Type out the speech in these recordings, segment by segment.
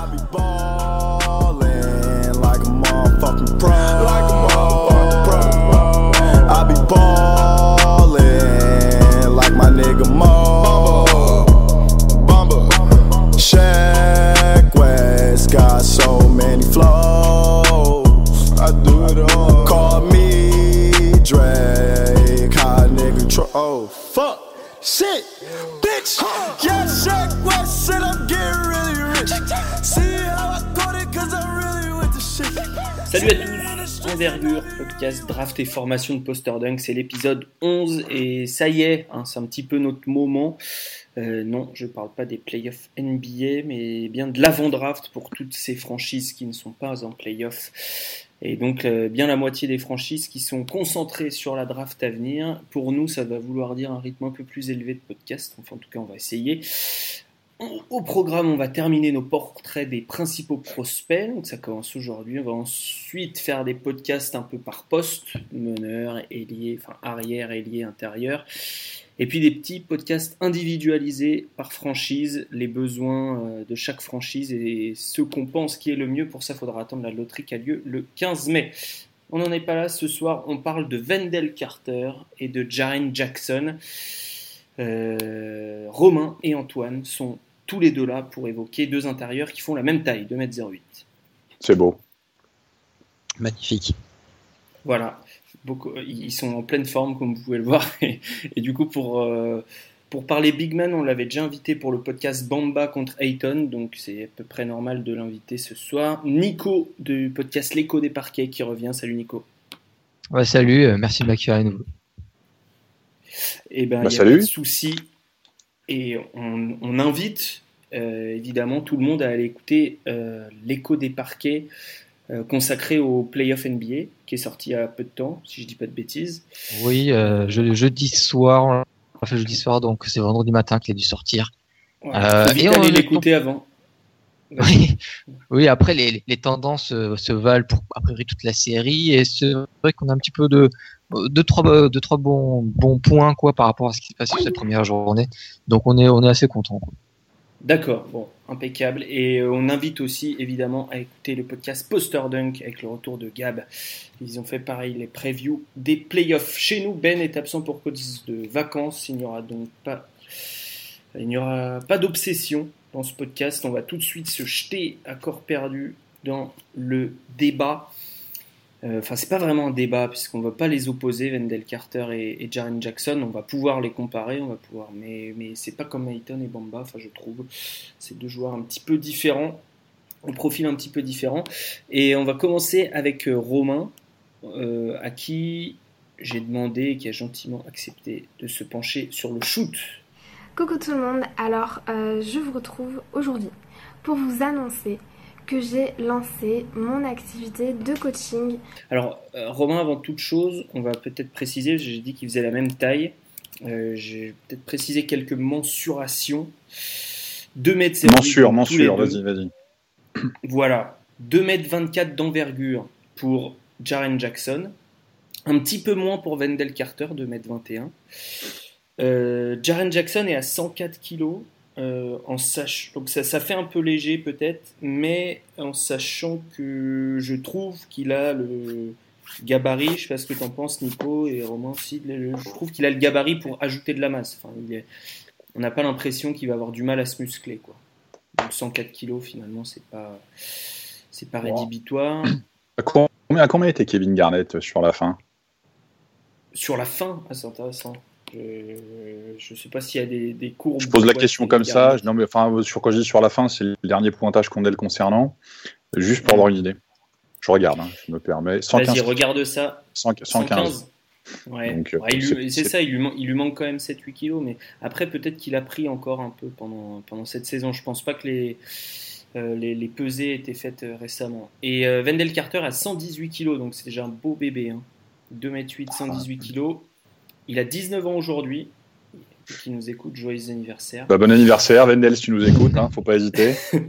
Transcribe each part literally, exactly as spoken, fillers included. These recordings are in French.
I be ballin' like a motherfucking pro. Like a motherfucking pro. I be ballin' like my nigga Mo. Bumba, Bumba. Shaq West got so many flows. I do it all. Call me Drake, hot nigga tro- Oh fuck, shit, bitch. Yeah, Shaq West said I'm getting really rich. See how I got it, cause I'm really with the shit. Salut à tous, Envergure, podcast draft et formation de Poster Dunk, c'est l'épisode onze et ça y est, hein, c'est un petit peu notre moment. Euh, non, je ne parle pas des playoffs N B A, mais bien de l'avant-draft pour toutes ces franchises qui ne sont pas en playoffs. Et donc, euh, bien la moitié des franchises qui sont concentrées sur la draft à venir. Pour nous, ça va vouloir dire un rythme un peu plus élevé de podcast. Enfin, en tout cas, on va essayer. Au programme, on va terminer nos portraits des principaux prospects. Donc, ça commence aujourd'hui. On va ensuite faire des podcasts un peu par poste, meneur, ailier, enfin arrière, ailier, intérieur. Et puis des petits podcasts individualisés par franchise, les besoins de chaque franchise et ce qu'on pense qui est le mieux. Pour ça, il faudra attendre la loterie qui a lieu le quinze mai. On n'en est pas là ce soir. On parle de Wendell Carter et de Jaren Jackson. Euh, Romain et Antoine sont tous les deux là pour évoquer deux intérieurs qui font la même taille, deux mètres zéro huit. C'est beau. Magnifique. Voilà. Beaucoup, ils sont en pleine forme comme vous pouvez le voir et, et du coup pour, euh, pour parler big man on l'avait déjà invité pour le podcast Bamba contre Ayton, donc c'est à peu près normal de l'inviter ce soir. Nico du podcast L'écho des parquets qui revient. Salut Nico. Ouais, salut, euh, merci de m'accueillir à nouveau. Et ben bah, il n'y a salut. pas de souci et on, on invite euh, évidemment tout le monde à aller écouter euh, L'écho des parquets Euh, consacré au Playoff N B A qui est sorti il y a peu de temps, si je dis pas de bêtises. Oui, euh, je, jeudi soir, on l'a fait jeudi soir, donc c'est vendredi matin qu'il a dû sortir. Ouais, euh, faut vite et aller on... l'écouter avant. Oui, oui, après les, les tendances euh, se valent pour a priori toute la série et c'est vrai qu'on a un petit peu de deux trois deux trois bons bons points quoi par rapport à ce qui s'est passé sur cette première journée. Donc on est on est assez content. D'accord, bon, impeccable. Et euh, on invite aussi évidemment à écouter le podcast Poster Dunk avec le retour de Gab. Ils ont fait pareil les previews des playoffs. Chez nous, Ben est absent pour cause de vacances. Il n'y aura donc pas, il n'y aura pas d'obsession dans ce podcast. On va tout de suite se jeter à corps perdu dans le débat. Enfin, euh, c'est pas vraiment un débat puisqu'on va pas les opposer, Wendell Carter et, et Jaren Jackson. On va pouvoir les comparer, on va pouvoir, mais mais c'est pas comme Ayton et Bamba. Enfin, je trouve, c'est deux joueurs un petit peu différents, au profil un petit peu différent. Et on va commencer avec euh, Romain, euh, à qui j'ai demandé, qui a gentiment accepté de se pencher sur le shoot. Coucou tout le monde. Alors, euh, je vous retrouve aujourd'hui pour vous annoncer que j'ai lancé mon activité de coaching. Alors, euh, Romain, avant toute chose, on va peut-être préciser, j'ai dit qu'il faisait la même taille, euh, j'ai peut-être précisé quelques mensurations. deux mètres zéro huit. Mensure, mensure, vas-y, vas-y. Voilà, deux mètres vingt-quatre d'envergure pour Jaren Jackson, un petit peu moins pour Wendell Carter, deux mètres vingt et un. Euh, Jaren Jackson est à cent quatre kilos. Euh, en sach... Donc ça, ça fait un peu léger peut-être, mais en sachant que je trouve qu'il a le gabarit, je sais pas ce que tu en penses Nico et Romain aussi, je trouve qu'il a le gabarit pour ajouter de la masse. Enfin, il est... On n'a pas l'impression qu'il va avoir du mal à se muscler, quoi. Donc cent quatre kilos finalement c'est pas, c'est pas rédhibitoire. À combien, à combien était Kevin Garnett sur la fin ? Sur la fin, ah, c'est intéressant. Je ne sais pas s'il y a des, des courbes. Je pose la question comme ça. Non, mais enfin, sur quand je dis sur la fin, c'est le dernier pointage qu'on ait le concernant. Juste pour avoir une idée. Je regarde, hein, je me permets. cent quinze Vas-y, regarde ça. cent quinze. cent quinze. Ouais. Donc, ouais il c'est, lui, c'est, c'est ça, il lui, man- il lui manque quand même sept huit kilos. Mais après, peut-être qu'il a pris encore un peu pendant, pendant cette saison. Je ne pense pas que les, euh, les, les pesées aient été faites euh, récemment. Et euh, Wendell Carter a cent dix-huit kilos, donc c'est déjà un beau bébé. Hein. deux mètres huit, cent dix-huit kilos. Il a dix-neuf ans aujourd'hui. Qui nous écoute, joyeux anniversaire. Bah, bon anniversaire, Wendell, si tu nous écoutes, hein, faut pas hésiter.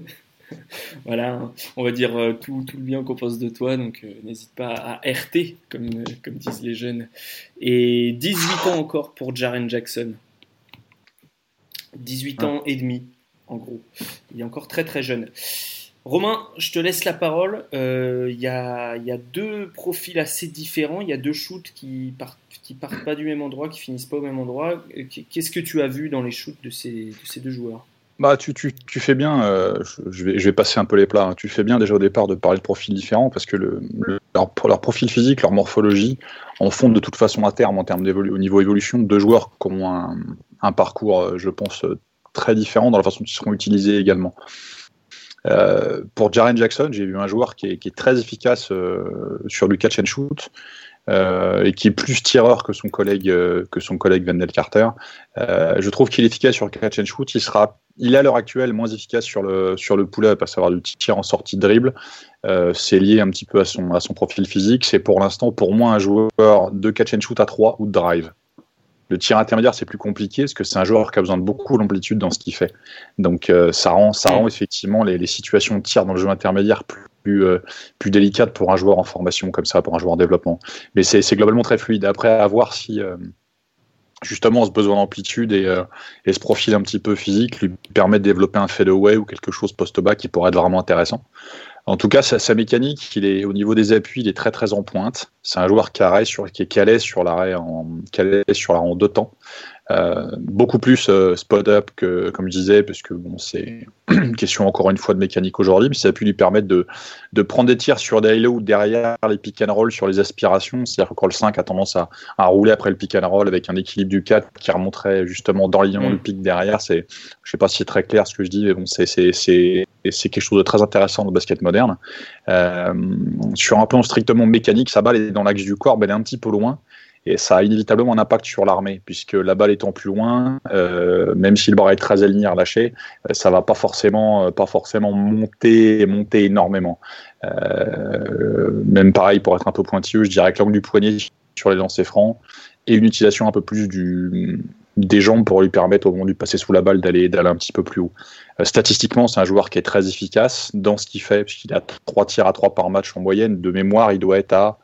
Voilà, hein, on va dire euh, tout, tout le bien qu'on pense de toi, donc euh, n'hésite pas à R T, comme, euh, comme disent les jeunes. Et dix-huit ans encore pour Jaren Jackson. dix-huit ans et demi, en gros. Il est encore très très jeune. Romain, je te laisse la parole. Il euh, y, y a deux profils assez différents. Il y a deux shoots qui partent, qui partent pas du même endroit, qui finissent pas au même endroit. Qu'est-ce que tu as vu dans les shoots de ces, de ces deux joueurs ? Bah, tu, tu, tu fais bien, euh, je, vais, je vais passer un peu les plats, hein. Tu fais bien déjà au départ de parler de profils différents parce que le, le, leur, leur profil physique, leur morphologie en font de toute façon à terme en termes au niveau évolution deux joueurs qui ont un, un parcours, je pense, très différent dans la façon dont ils seront utilisés également. Euh, pour Jaren Jackson, j'ai vu un joueur qui est, qui est très efficace euh, sur du catch and shoot. Euh, et qui est plus tireur que son collègue euh, que son collègue Wendell Carter. Euh, je trouve qu'il est efficace sur le catch and shoot. Il sera, il est à l'heure actuelle moins efficace sur le sur le pull-up, à savoir du tir en sortie de dribble. Euh, c'est lié un petit peu à son à son profil physique. C'est pour l'instant pour moi un joueur de catch and shoot à trois ou de drive. Le tir intermédiaire, c'est plus compliqué parce que c'est un joueur qui a besoin de beaucoup d'amplitude dans ce qu'il fait. Donc euh, ça rend ça rend effectivement les, les situations de tir dans le jeu intermédiaire plus Plus, euh, plus délicate pour un joueur en formation comme ça, pour un joueur en développement. Mais c'est, c'est globalement très fluide. Après, à voir si euh, justement ce besoin d'amplitude et, euh, et ce profil un petit peu physique lui permet de développer un fadeaway ou quelque chose post-bas qui pourrait être vraiment intéressant. En tout cas, sa, sa mécanique, il est, au niveau des appuis, il est très très en pointe. C'est un joueur carré sur, qui est calé sur l'arrêt en, calé sur l'arrêt en deux temps. Euh, beaucoup plus euh, spot-up que, comme je disais, parce que bon, c'est une question encore une fois de mécanique aujourd'hui, mais ça a pu lui permettre de, de prendre des tirs sur des halo derrière les pick and roll sur les aspirations, c'est-à-dire que quand le cinq a tendance à, à rouler après le pick and roll avec un équilibre du quatre qui remonterait justement dans l'alignement mmh. du pick derrière, c'est, je sais pas si c'est très clair ce que je dis, mais bon, c'est, c'est, c'est, c'est quelque chose de très intéressant dans le basket moderne. Euh, sur un plan strictement mécanique, sa balle est dans l'axe du corps, mais elle est un petit peu loin. Et ça a inévitablement un impact sur l'armée, puisque la balle étant plus loin, euh, même si le bras est très aligné à relâcher, euh, ça va pas forcément, euh, pas forcément monter, monter énormément. Euh, même pareil, pour être un peu pointilleux, je dirais que l'angle du poignet sur les lancers francs et une utilisation un peu plus du, des jambes pour lui permettre, au moment du passer sous la balle, d'aller, d'aller un petit peu plus haut. Euh, statistiquement, c'est un joueur qui est très efficace dans ce qu'il fait, puisqu'il a trois tirs à trois par match en moyenne. De mémoire, il doit être à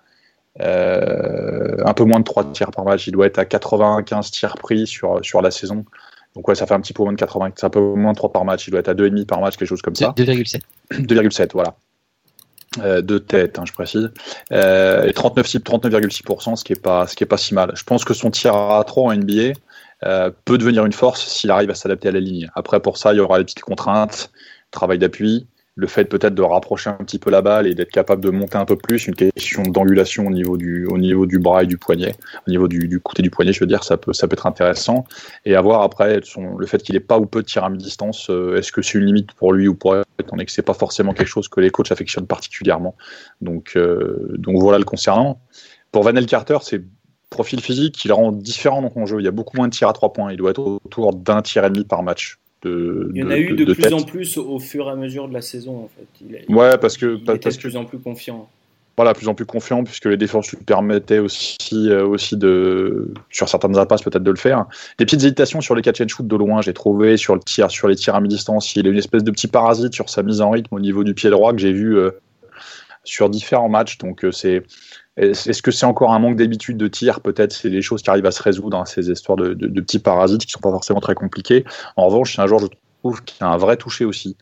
Euh, un peu moins de trois tirs par match, il doit être à quatre-vingt-quinze tirs pris sur, sur la saison. Donc ouais, ça fait un petit peu moins de quatre-vingts, c'est un peu moins de trois par match, il doit être à deux virgule cinq par match, quelque chose comme ça. deux virgule sept. deux virgule sept, voilà. Euh, de tête, hein, je précise. Euh, et trente-neuf virgule six pour cent, ce qui est pas, ce qui est pas si mal. Je pense que son tir à trois en N B A euh, peut devenir une force s'il arrive à s'adapter à la ligne. Après, pour ça, il y aura des petites contraintes, travail d'appui, le fait peut-être de rapprocher un petit peu la balle et d'être capable de monter un peu plus, une question d'angulation au niveau du, au niveau du bras et du poignet, au niveau du, du côté du poignet, je veux dire, ça peut, ça peut être intéressant. Et à voir après son, le fait qu'il n'ait pas ou peu de tir à mi-distance, euh, est-ce que c'est une limite pour lui ou pour elle, étant donné que c'est pas forcément quelque chose que les coachs affectionnent particulièrement. Donc, euh, donc voilà le concernant. Pour Wendell Carter, c'est profil physique qui le rend différent dans son jeu. Il y a beaucoup moins de tirs à trois points. Il doit être autour d'un tir et demi par match. De, il y en de, a eu de, de, de plus tête. en plus au fur et à mesure de la saison en fait. Il, ouais, parce que il parce était que, de plus en plus confiant. Voilà, plus en plus confiant puisque les défenses lui permettaient aussi euh, aussi de sur certaines impasses peut-être de le faire. Des petites hésitations sur les catch and shoot de loin, j'ai trouvé sur le tir, sur les tirs à mi-distance, il a une espèce de petit parasite sur sa mise en rythme au niveau du pied droit que j'ai vu euh, sur différents matchs. Donc euh, c'est Est-ce que c'est encore un manque d'habitude de tir ? Peut-être c'est des choses qui arrivent à se résoudre, hein, ces histoires de, de, de petits parasites qui ne sont pas forcément très compliqués. En revanche, c'est un joueur, je trouve, qui a un vrai toucher aussi.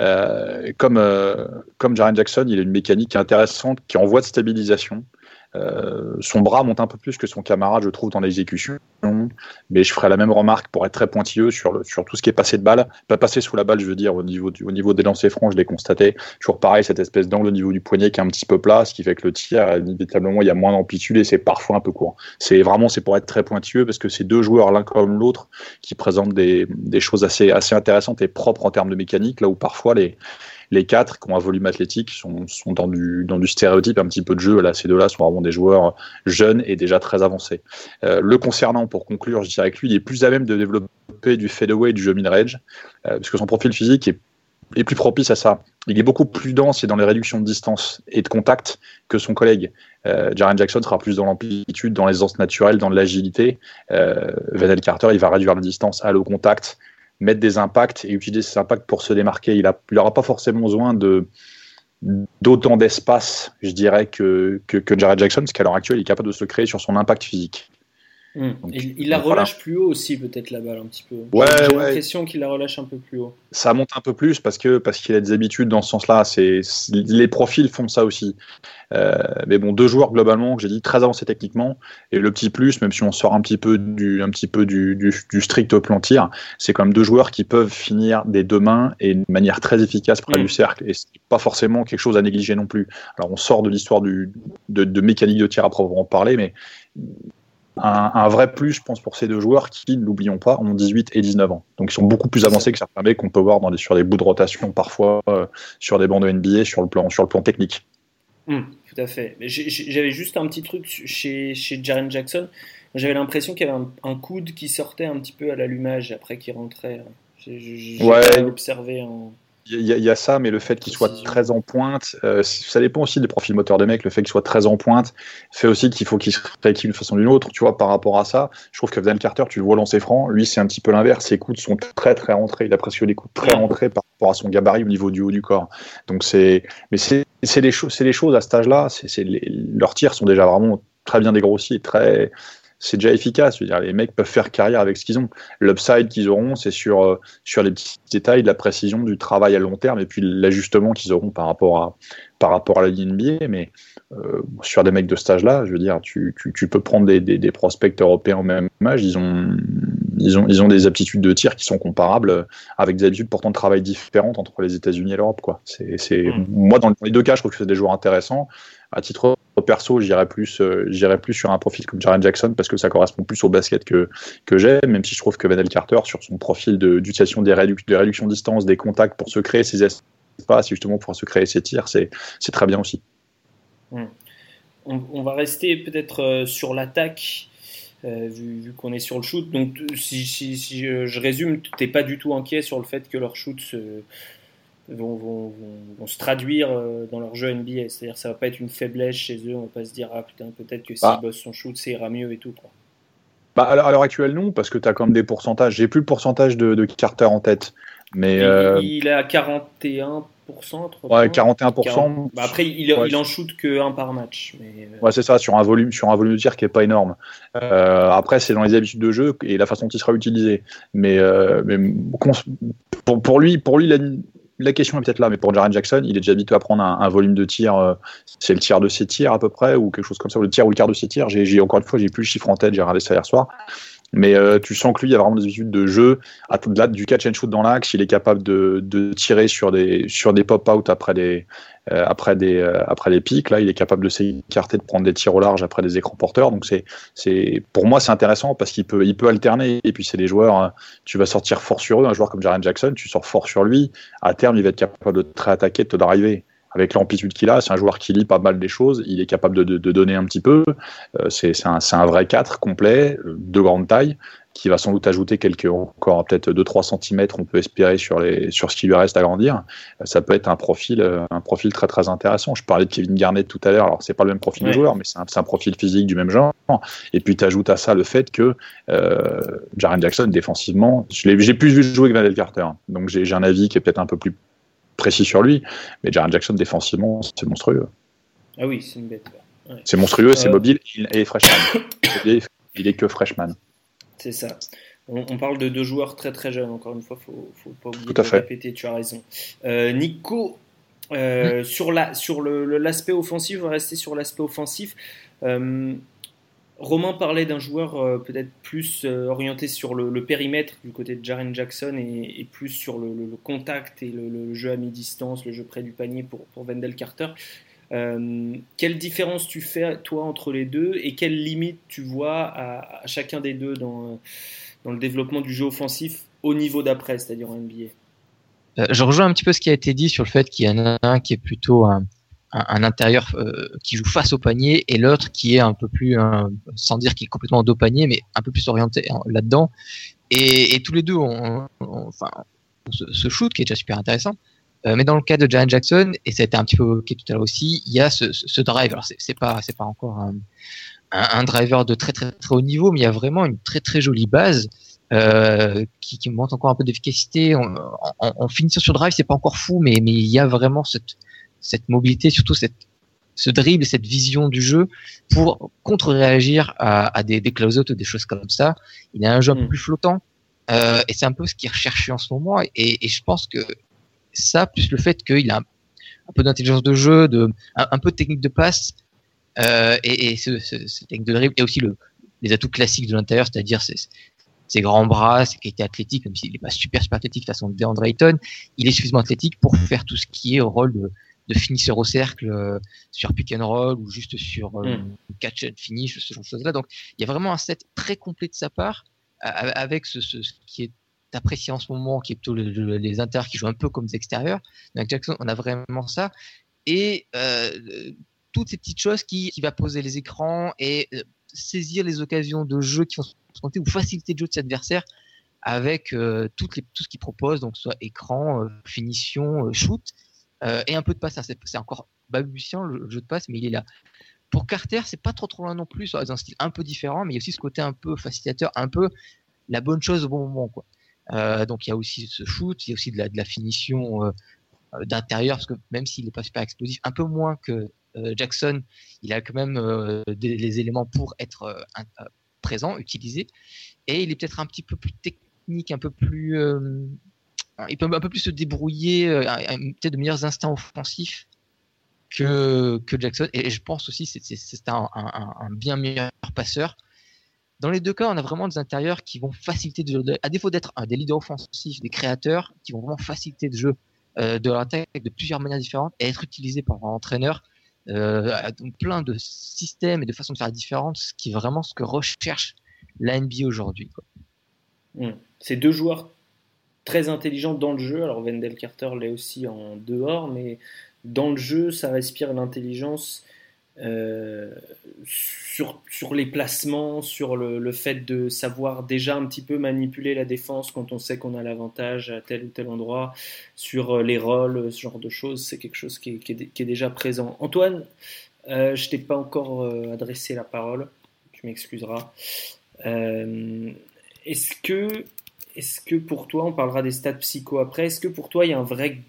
Euh, comme, euh, comme Jaren Jackson, il a une mécanique intéressante qui est en voie de stabilisation. Euh, son bras monte un peu plus que son camarade, je trouve, dans l'exécution, mais je ferai la même remarque pour être très pointilleux sur, le, sur tout ce qui est passé de balle, pas passé sous la balle, je veux dire, au niveau, du, au niveau des lancers francs, je l'ai constaté, toujours pareil, cette espèce d'angle au niveau du poignet qui est un petit peu plat, ce qui fait que le tir, inévitablement, il y a moins d'amplitude et c'est parfois un peu court. C'est vraiment, c'est pour être très pointilleux parce que c'est deux joueurs, l'un comme l'autre, qui présentent des, des choses assez, assez intéressantes et propres en termes de mécanique, là où parfois les Les quatre qui ont un volume athlétique sont, sont dans, du, dans du stéréotype, un petit peu de jeu. Là, ces deux-là sont vraiment des joueurs jeunes et déjà très avancés. Euh, le concernant, pour conclure, je dirais que lui, il est plus à même de développer du fadeaway, du jeu mid-range, euh, parce que son profil physique est, est plus propice à ça. Il est beaucoup plus dense et dans les réductions de distance et de contact que son collègue. Euh, Jaren Jackson sera plus dans l'amplitude, dans l'aisance naturelle, dans l'agilité. Euh, Wendell Carter, il va réduire la distance, aller au contact, mettre des impacts et utiliser ces impacts pour se démarquer. Il n'aura pas forcément besoin de, d'autant d'espace, je dirais, que, que, que Jaren Jackson, parce qu'à l'heure actuelle, il est capable de se créer sur son impact physique. Mmh. Donc, il, il la donc, relâche voilà. plus haut aussi, peut-être la balle un petit peu. Ouais, J'ai ouais. l'impression qu'il la relâche un peu plus haut. Ça monte un peu plus parce que parce qu'il a des habitudes dans ce sens-là. C'est, c'est les profils font ça aussi. Euh, mais bon, deux joueurs globalement que j'ai dit très avancés techniquement. Et le petit plus, même si on sort un petit peu du un petit peu du, du, du strict plan tir, c'est quand même deux joueurs qui peuvent finir des deux mains et de manière très efficace près Mmh. du cercle. Et c'est pas forcément quelque chose à négliger non plus. Alors on sort de l'histoire du de, de mécanique de tir à proprement parler, mais Un, un vrai plus, je pense, pour ces deux joueurs qui, n'oublions pas, ont dix-huit et dix-neuf ans. Donc, ils sont beaucoup plus avancés que certains mecs qu'on peut voir dans des, sur des bouts de rotation, parfois, euh, sur des bancs de N B A, sur le plan, sur le plan technique. Mmh, tout à fait. Mais j'ai- j'ai- j'avais juste un petit truc chez, chez Jaren Jackson. J'avais l'impression qu'il y avait un, un coude qui sortait un petit peu à l'allumage après qu'il rentrait. J'ai j'ai Ouais. pas observé en... Il y, a- il y a ça, mais le fait qu'il soit Précision. très en pointe, euh, ça dépend aussi des profils moteurs des mecs. Le fait qu'il soit très en pointe fait aussi qu'il faut qu'il se rééquilibre d'une façon ou d'une autre. Tu vois, par rapport à ça, je trouve que Wendell Carter, tu le vois lancer franc, lui, c'est un petit peu l'inverse. Ses coudes sont très très rentrés. Il a presque des coudes très rentrés par rapport à son gabarit au niveau du haut du corps. Donc c'est, mais c'est, c'est les choses, c'est les choses à cet âge-là. C'est, c'est les, leurs tirs sont déjà vraiment très bien dégrossis et très. C'est déjà efficace. Je veux dire, les mecs peuvent faire carrière avec ce qu'ils ont. L'upside qu'ils auront, c'est sur, euh, sur les petits détails, de la précision, du travail à long terme et puis l'ajustement qu'ils auront par rapport à, par rapport à la ligne N B A. Mais euh, sur des mecs de cet âge-là, je veux dire, tu, tu, tu peux prendre des, des, des prospects européens au même âge. Ils ont, ils, ont, ils ont des aptitudes de tir qui sont comparables avec des habitudes pourtant de travail différentes entre les États-Unis et l'Europe, quoi. C'est, c'est, Mm. Moi, dans les deux cas, je trouve que c'est des joueurs intéressants. À titre perso, j'irais plus, euh, j'irais plus sur un profil comme Jaren Jackson parce que ça correspond plus au basket que, que j'aime, même si je trouve que Wendell Carter, sur son profil de, d'utilisation des, réduc- des réductions de distance, des contacts pour se créer ses espaces, justement pour se créer ses tirs, c'est, c'est très bien aussi. Mm. On, on va rester peut-être euh, sur l'attaque, euh, vu, vu qu'on est sur le shoot. Donc, t- si, si, si je, je résume, tu n'es pas du tout inquiet sur le fait que leurs shoots se, vont, vont, vont, vont se traduire euh, dans leur jeu N B A. C'est-à-dire que ça ne va pas être une faiblesse chez eux. On ne va pas se dire, ah putain, peut-être que s'il Ah. bosse son shoot, ça ira mieux et tout, quoi. Bah, à l'heure- à l'heure actuelle, non, parce que tu as quand même des pourcentages. J'ai plus le pourcentage de, de Carter en tête, mais Il, euh, il est à quarante et un pour cent. trois ouais, points. quarante et un pour cent. quarante. Bah, après, il, Ouais. il en shoot que un par match. Mais, euh, Ouais, c'est ça, sur un volume, sur un volume de tir qui est pas énorme. Euh, après, c'est dans les habitudes de jeu et la façon dont il sera utilisé. Mais, euh, mais pour, pour lui, pour lui, la, la question est peut-être là. Mais pour Jaren Jackson, il est déjà habitué à prendre un, un volume de tir. Euh, c'est le tiers de ses tirs à peu près, ou quelque chose comme ça, ou le tiers ou le quart de ses tirs. J'ai, j'ai encore une fois, j'ai plus le chiffre en tête. J'ai regardé ça hier soir. Mais euh, tu sens que lui, il a vraiment des habitudes de jeu. Au-delà du catch and shoot dans l'axe, il est capable de, de tirer sur des, sur des pop-out après des, euh, après, des, euh, après des pics. Là, il est capable de s'écarter, de prendre des tirs au large après des écrans porteurs. Donc, c'est, c'est, pour moi, c'est intéressant parce qu'il peut, il peut alterner. Et puis, c'est des joueurs, euh, tu vas sortir fort sur eux. Un joueur comme Jaren Jackson, tu sors fort sur lui. À terme, il va être capable de te réattaquer, de te driver. Avec l'amplitude qu'il a, c'est un joueur qui lit pas mal des choses, il est capable de, de, de donner un petit peu, euh, c'est, c'est, un, c'est un vrai quatre complet, de grande taille, qui va sans doute ajouter quelques, encore peut-être deux à trois centimètres, on peut espérer, sur, les, sur ce qui lui reste à grandir. Ça peut être un profil, un profil très très intéressant. Je parlais de Kevin Garnett tout à l'heure, alors c'est pas le même profil Ouais. de joueur, mais c'est un, c'est un profil physique du même genre. Et puis tu ajoutes à ça le fait que euh, Jaren Jackson, défensivement, je l'ai, j'ai plus vu jouer que Wendell Carter, donc j'ai, j'ai un avis qui est peut-être un peu plus précis sur lui, mais Jaren Jackson défensivement c'est monstrueux. Ah oui, c'est une bête. Ouais. C'est monstrueux, c'est Euh, mobile il est freshman. il, est, il est que freshman. C'est ça. On, on parle de deux joueurs très très jeunes, encore une fois, il ne faut, faut pas oublier Tout à de fait. répéter, tu as raison. Euh, Nico, euh, sur, la, sur le, le, l'aspect offensif, on va rester sur l'aspect offensif. Euh, Romain parlait d'un joueur euh, peut-être plus euh, orienté sur le, le périmètre du côté de Jaren Jackson et, et plus sur le, le, le contact et le, le jeu à mi-distance, le jeu près du panier pour, pour Wendell Carter. Euh, quelle différence tu fais toi entre les deux et quelles limites tu vois à, à chacun des deux dans, dans le développement du jeu offensif au niveau d'après, c'est-à-dire en N B A? Euh, je rejoins un petit peu ce qui a été dit sur le fait qu'il y en a un qui est plutôt un, un, un intérieur euh, qui joue face au panier et l'autre qui est un peu plus, un, sans dire qu'il est complètement dos panier, mais un peu plus orienté là-dedans. Et, et tous les deux ont, ont, ont enfin, ce, ce shoot qui est déjà super intéressant. Euh, mais dans le cas de Jaren Jackson, et ça a été un petit peu évoqué tout à l'heure aussi, il y a ce, ce, ce drive. Alors c'est, c'est pas, c'est pas encore un, un, un driver de très très très haut niveau, mais il y a vraiment une très très jolie base euh, qui, qui montre encore un peu d'efficacité. En, en, en finissant sur drive, c'est pas encore fou, mais mais il y a vraiment cette cette mobilité, surtout cette ce dribble, cette vision du jeu pour contre-réagir à, à des, des close-out ou des choses comme ça. Il a un jeu un peu plus flottant euh, et c'est un peu ce qu'il est recherché en ce moment. Et, et je pense que ça, plus le fait qu'il a un, un peu d'intelligence de jeu, de, un, un peu de technique de passe euh, et, et ce, ce, ce technique de dribble et aussi le, les atouts classiques de l'intérieur, c'est-à-dire ses, ses grands bras, ses qualités athlétiques, même s'il n'est pas super super athlétique de toute façon de DeAndre Ayton, il est suffisamment athlétique pour faire tout ce qui est au rôle de de finisseur au cercle euh, sur pick and roll ou juste sur euh, mm. catch and finish, ce genre de choses-là. Donc, il y a vraiment un set très complet de sa part euh, avec ce, ce, ce qui est apprécié en ce moment, qui est plutôt les, les intérieurs qui jouent un peu comme des extérieurs. Donc, Jackson, on a vraiment ça. Et euh, toutes ces petites choses qui, qui va poser les écrans et euh, saisir les occasions de jeu qui vont se compter ou faciliter le jeu de ses adversaires avec euh, toutes les, tout ce qu'il propose, donc soit écran, euh, finition, euh, shoot. Euh, et un peu de passe, hein, c'est, c'est encore balbutiant le, le jeu de passe, mais il est là. Pour Carter, c'est pas trop trop loin non plus, c'est un style un peu différent, mais il y a aussi ce côté un peu facilitateur, un peu la bonne chose au bon moment, quoi. Euh, donc il y a aussi ce shoot, il y a aussi de la, de la finition euh, d'intérieur, parce que même s'il n'est pas super explosif, un peu moins que euh, Jackson, il a quand même euh, des, les éléments pour être euh, un, euh, présent, utilisé, et il est peut-être un petit peu plus technique, un peu plus euh, il peut un peu plus se débrouiller, euh, peut-être de meilleurs instincts offensifs que, que Jackson. Et je pense aussi que c'est, c'est, c'est un, un, un bien meilleur passeur. Dans les deux cas, on a vraiment des intérieurs qui vont faciliter le jeu. À défaut d'être un, des leaders offensifs, des créateurs, qui vont vraiment faciliter le jeu euh, de l'attaque de plusieurs manières différentes et être utilisés par un entraîneur. Euh, donc plein de systèmes et de façons de faire différentes, ce qui est vraiment ce que recherche la N B A aujourd'hui, quoi. Mmh. Ces deux joueurs très intelligent dans le jeu, alors Wendell Carter l'est aussi en dehors, mais dans le jeu, ça respire l'intelligence euh, sur, sur les placements, sur le, le fait de savoir déjà un petit peu manipuler la défense quand on sait qu'on a l'avantage à tel ou tel endroit, sur les rôles, ce genre de choses, c'est quelque chose qui est, qui est, qui est déjà présent. Antoine, euh, je ne t'ai pas encore euh, adressé la parole, tu m'excuseras. Euh, est-ce que Est-ce que pour toi, on parlera des stats psycho après, est-ce que pour toi, il y a un vrai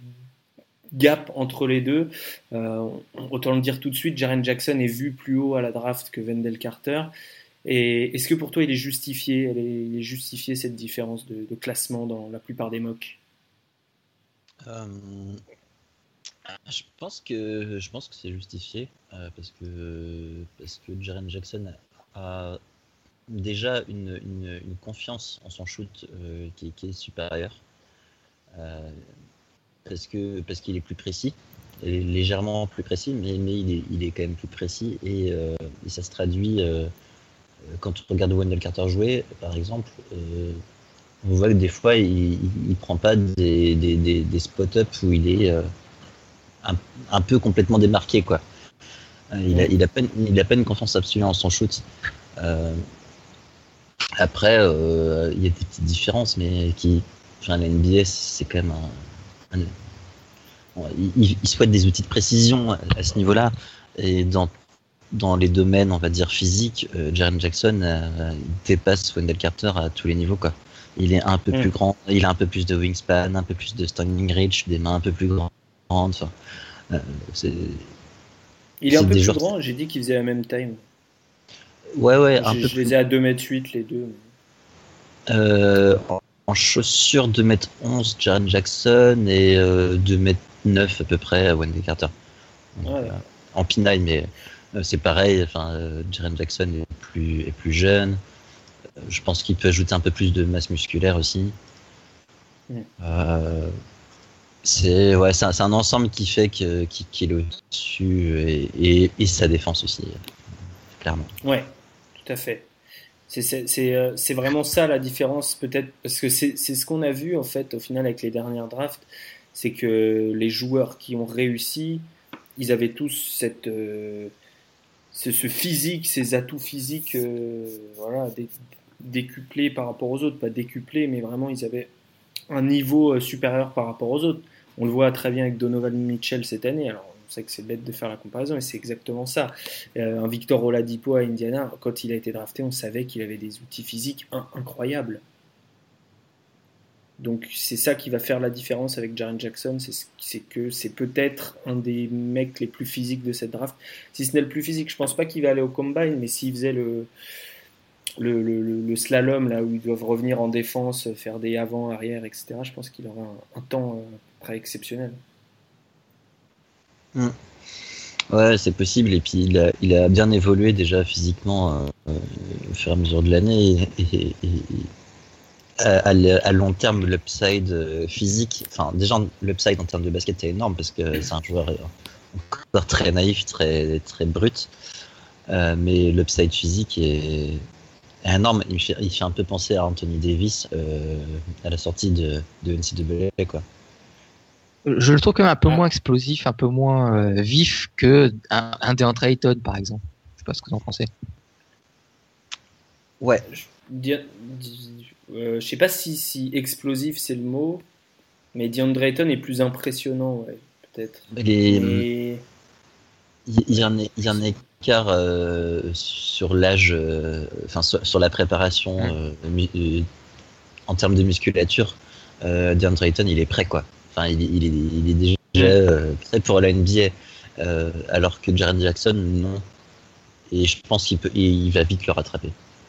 gap entre les deux euh, Autant le dire tout de suite, Jaren Jackson est vu plus haut à la draft que Wendell Carter. Et est-ce que pour toi, il est justifié, elle est, il est justifié cette différence de, de classement dans la plupart des mocks euh, je, pense que, je pense que c'est justifié euh, parce que, parce que Jaren Jackson a... déjà une, une, une confiance en son shoot euh, qui, qui est supérieure euh, parce, que, parce qu'il est plus précis, est légèrement plus précis, mais, mais il, est, il est quand même plus précis et, euh, et ça se traduit euh, quand on regarde Wendell Carter jouer, par exemple, euh, on voit que des fois il ne prend pas des, des, des, des spot-up où il est euh, un, un peu complètement démarqué, quoi. Il a, il a pas, il a pas une confiance absolue en son shoot. Euh, Après, euh, il y a des petites différences, mais qui, enfin, la N B A, c'est quand même un, un bon, il, il souhaite des outils de précision à, à ce niveau-là, et dans dans les domaines, on va dire physiques, euh, Jaren Jackson euh, dépasse Wendell Carter à tous les niveaux, quoi. Il est un peu mmh. plus grand, il a un peu plus de wingspan, un peu plus de standing reach, des mains un peu plus grandes. Enfin, euh, c'est, il est un peu plus grand. J'ai dit qu'il faisait la même taille. Ouais, ouais, un je, peu je plus... les ai à deux mètres huit les deux. Euh, en, en chaussures deux mètres onze, Jaren Jackson, et euh, deux mètres neuf à peu près à Wendell Carter. Donc, ouais. euh, en pinaille, mais euh, c'est pareil. Enfin, euh, Jaren Jackson est plus, est plus jeune. Euh, je pense qu'il peut ajouter un peu plus de masse musculaire aussi. Mm. Euh, c'est, ouais, c'est, un, c'est un ensemble qui fait que, qui, qu'il est au-dessus et, et, et sa défense aussi, clairement. Ouais. Tout à fait. C'est, c'est, c'est, euh, c'est vraiment ça la différence, peut-être, parce que c'est, c'est ce qu'on a vu en fait au final avec les dernières drafts, c'est que les joueurs qui ont réussi, ils avaient tous cette, euh, ce, ce physique, ces atouts physiques, euh, voilà, dé, décuplés par rapport aux autres, pas décuplés, mais vraiment ils avaient un niveau euh, supérieur par rapport aux autres. On le voit très bien avec Donovan Mitchell cette année. Alors, on sait que c'est bête de faire la comparaison, mais c'est exactement ça. Euh, un Victor Oladipo à Indiana, quand il a été drafté, on savait qu'il avait des outils physiques in- incroyables. Donc c'est ça qui va faire la différence avec Jaren Jackson, c'est, c'est que c'est peut-être un des mecs les plus physiques de cette draft. Si ce n'est le plus physique, je pense pas qu'il va aller au combine, mais s'il faisait le, le, le, le slalom là où ils doivent revenir en défense, faire des avant, arrière, et cetera, je pense qu'il aura un, un temps euh, très exceptionnel. Mmh. Ouais, c'est possible. Et puis il a, il a bien évolué déjà physiquement euh, au fur et à mesure de l'année. Et, et, et, à, à long terme, l'upside euh, physique, enfin déjà l'upside en termes de basket est énorme parce que c'est un joueur encore très naïf, très très brut. Euh, mais l'upside physique est, est énorme. Il fait, il fait un peu penser à Anthony Davis euh, à la sortie de, de N C double A, quoi. Je le trouve quand même un peu moins explosif, un peu moins euh, vif que un, un DeAndre Ayton, par exemple. Je sais pas ce que vous en pensez. Ouais. Je euh, sais pas si, si explosif c'est le mot, mais DeAndre Ayton est plus impressionnant, ouais, peut-être. Les... Mais... Il y a un, il y a un écart euh, sur l'âge, enfin euh, sur, sur la préparation euh, euh, en termes de musculature. Euh, DeAndre Ayton, il est prêt, quoi. Enfin, il, il, est, il est déjà euh, prêt pour la N B A, euh, alors que Jaren Jackson, non. Et je pense qu'il peut, il va vite le rattraper.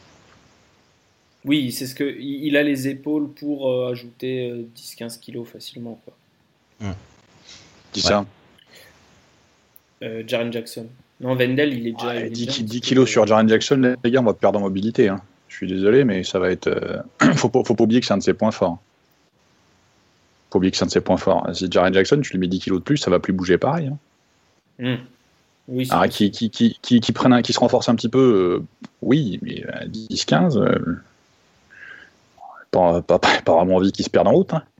Oui, c'est ce que il a les épaules pour euh, ajouter euh, dix à quinze kilos facilement, quoi. Mmh. Qui ouais. ça euh, Jaren Jackson. Non, Wendell, il est déjà. Ouais, il est dix, déjà dix kilos sur Jaren Jackson, les gars, on va perdre en mobilité. Hein. Je suis désolé, mais ça va être. Euh... faut, pas, faut pas oublier que c'est un de ses points forts. Faut oublier que c'est un de ses points forts. Si Jaren Jackson, tu lui mets dix kilos de plus, ça va plus bouger pareil. Hein. Mmh. Oui, Alors, qui, qui, qui, qui, qui, prennent un, qui se renforce un petit peu, euh, oui, mais à dix quinze, euh, pas, pas, pas, pas vraiment envie qu'il se perde en route. Hein.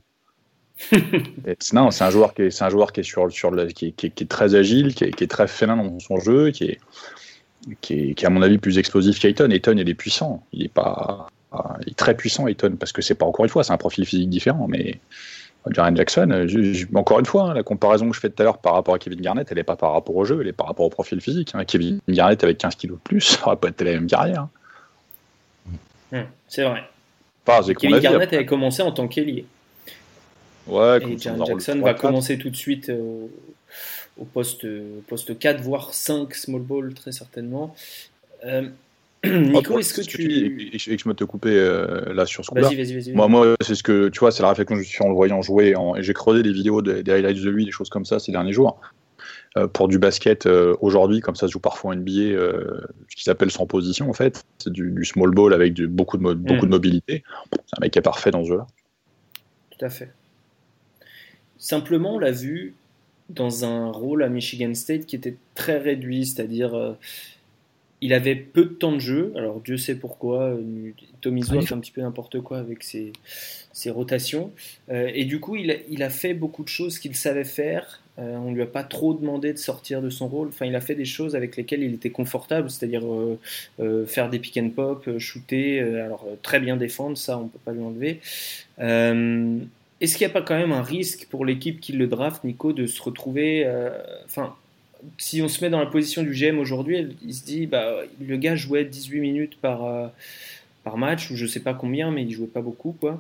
Et, non, c'est un joueur qui est, c'est un joueur qui est, sur, sur le, qui est, qui est, qui est très agile, qui est, qui est très félin dans son jeu, qui est, qui est, qui est à mon avis plus explosif qu'Ayton. Ayton, il est puissant. Il est, pas, il est très puissant, Ayton, parce que c'est pas, encore une fois, c'est un profil physique différent, mais. Jaren Jackson, je, je, encore une fois, hein, la comparaison que je fais tout à l'heure par rapport à Kevin Garnett, elle n'est pas par rapport au jeu, elle est par rapport au profil physique. Hein. Kevin Garnett avec quinze kilos de plus, ça n'aurait pas été la même carrière. Mmh, c'est vrai. Enfin, c'est Kevin Garnett après. avait commencé en tant qu'ailier. Ouais, et Jaren Jackson va commencer tout de suite au, au poste, poste quatre, voire cinq small ball, très certainement. Euh, Nico, oh, est-ce que tu... tu... Et que je me te couper euh, là sur ce coup-là. Vas-y, vas-y, vas-y. Moi, moi, c'est ce que tu vois, c'est la réflexion que je suis en le voyant jouer. En... Et j'ai creusé des vidéos, des, des highlights de lui, des choses comme ça ces derniers jours. Euh, pour du basket euh, aujourd'hui, comme ça se joue parfois en N B A, euh, ce qu'ils appellent sans position en fait, c'est du, du small ball avec du, beaucoup, de mo- mm. beaucoup de mobilité. C'est un mec qui est parfait dans ce jeu-là. Tout à fait. Simplement, on l'a vu dans un rôle à Michigan State qui était très réduit, c'est-à-dire. Euh, Il avait peu de temps de jeu, alors Dieu sait pourquoi. Tom Izzo a fait un petit peu n'importe quoi avec ses, ses rotations. Euh, et du coup, il a, il a fait beaucoup de choses qu'il savait faire. Euh, on ne lui a pas trop demandé de sortir de son rôle. Enfin, il a fait des choses avec lesquelles il était confortable, c'est-à-dire euh, euh, faire des pick and pop, euh, shooter, euh, alors euh, très bien défendre, ça on ne peut pas lui enlever. Euh, est-ce qu'il n'y a pas quand même un risque pour l'équipe qui le draft, Nico, de se retrouver... Enfin. Euh, Si on se met dans la position du G M aujourd'hui, il se dit bah le gars jouait dix-huit minutes par, euh, par match, ou je sais pas combien, mais il jouait pas beaucoup, quoi.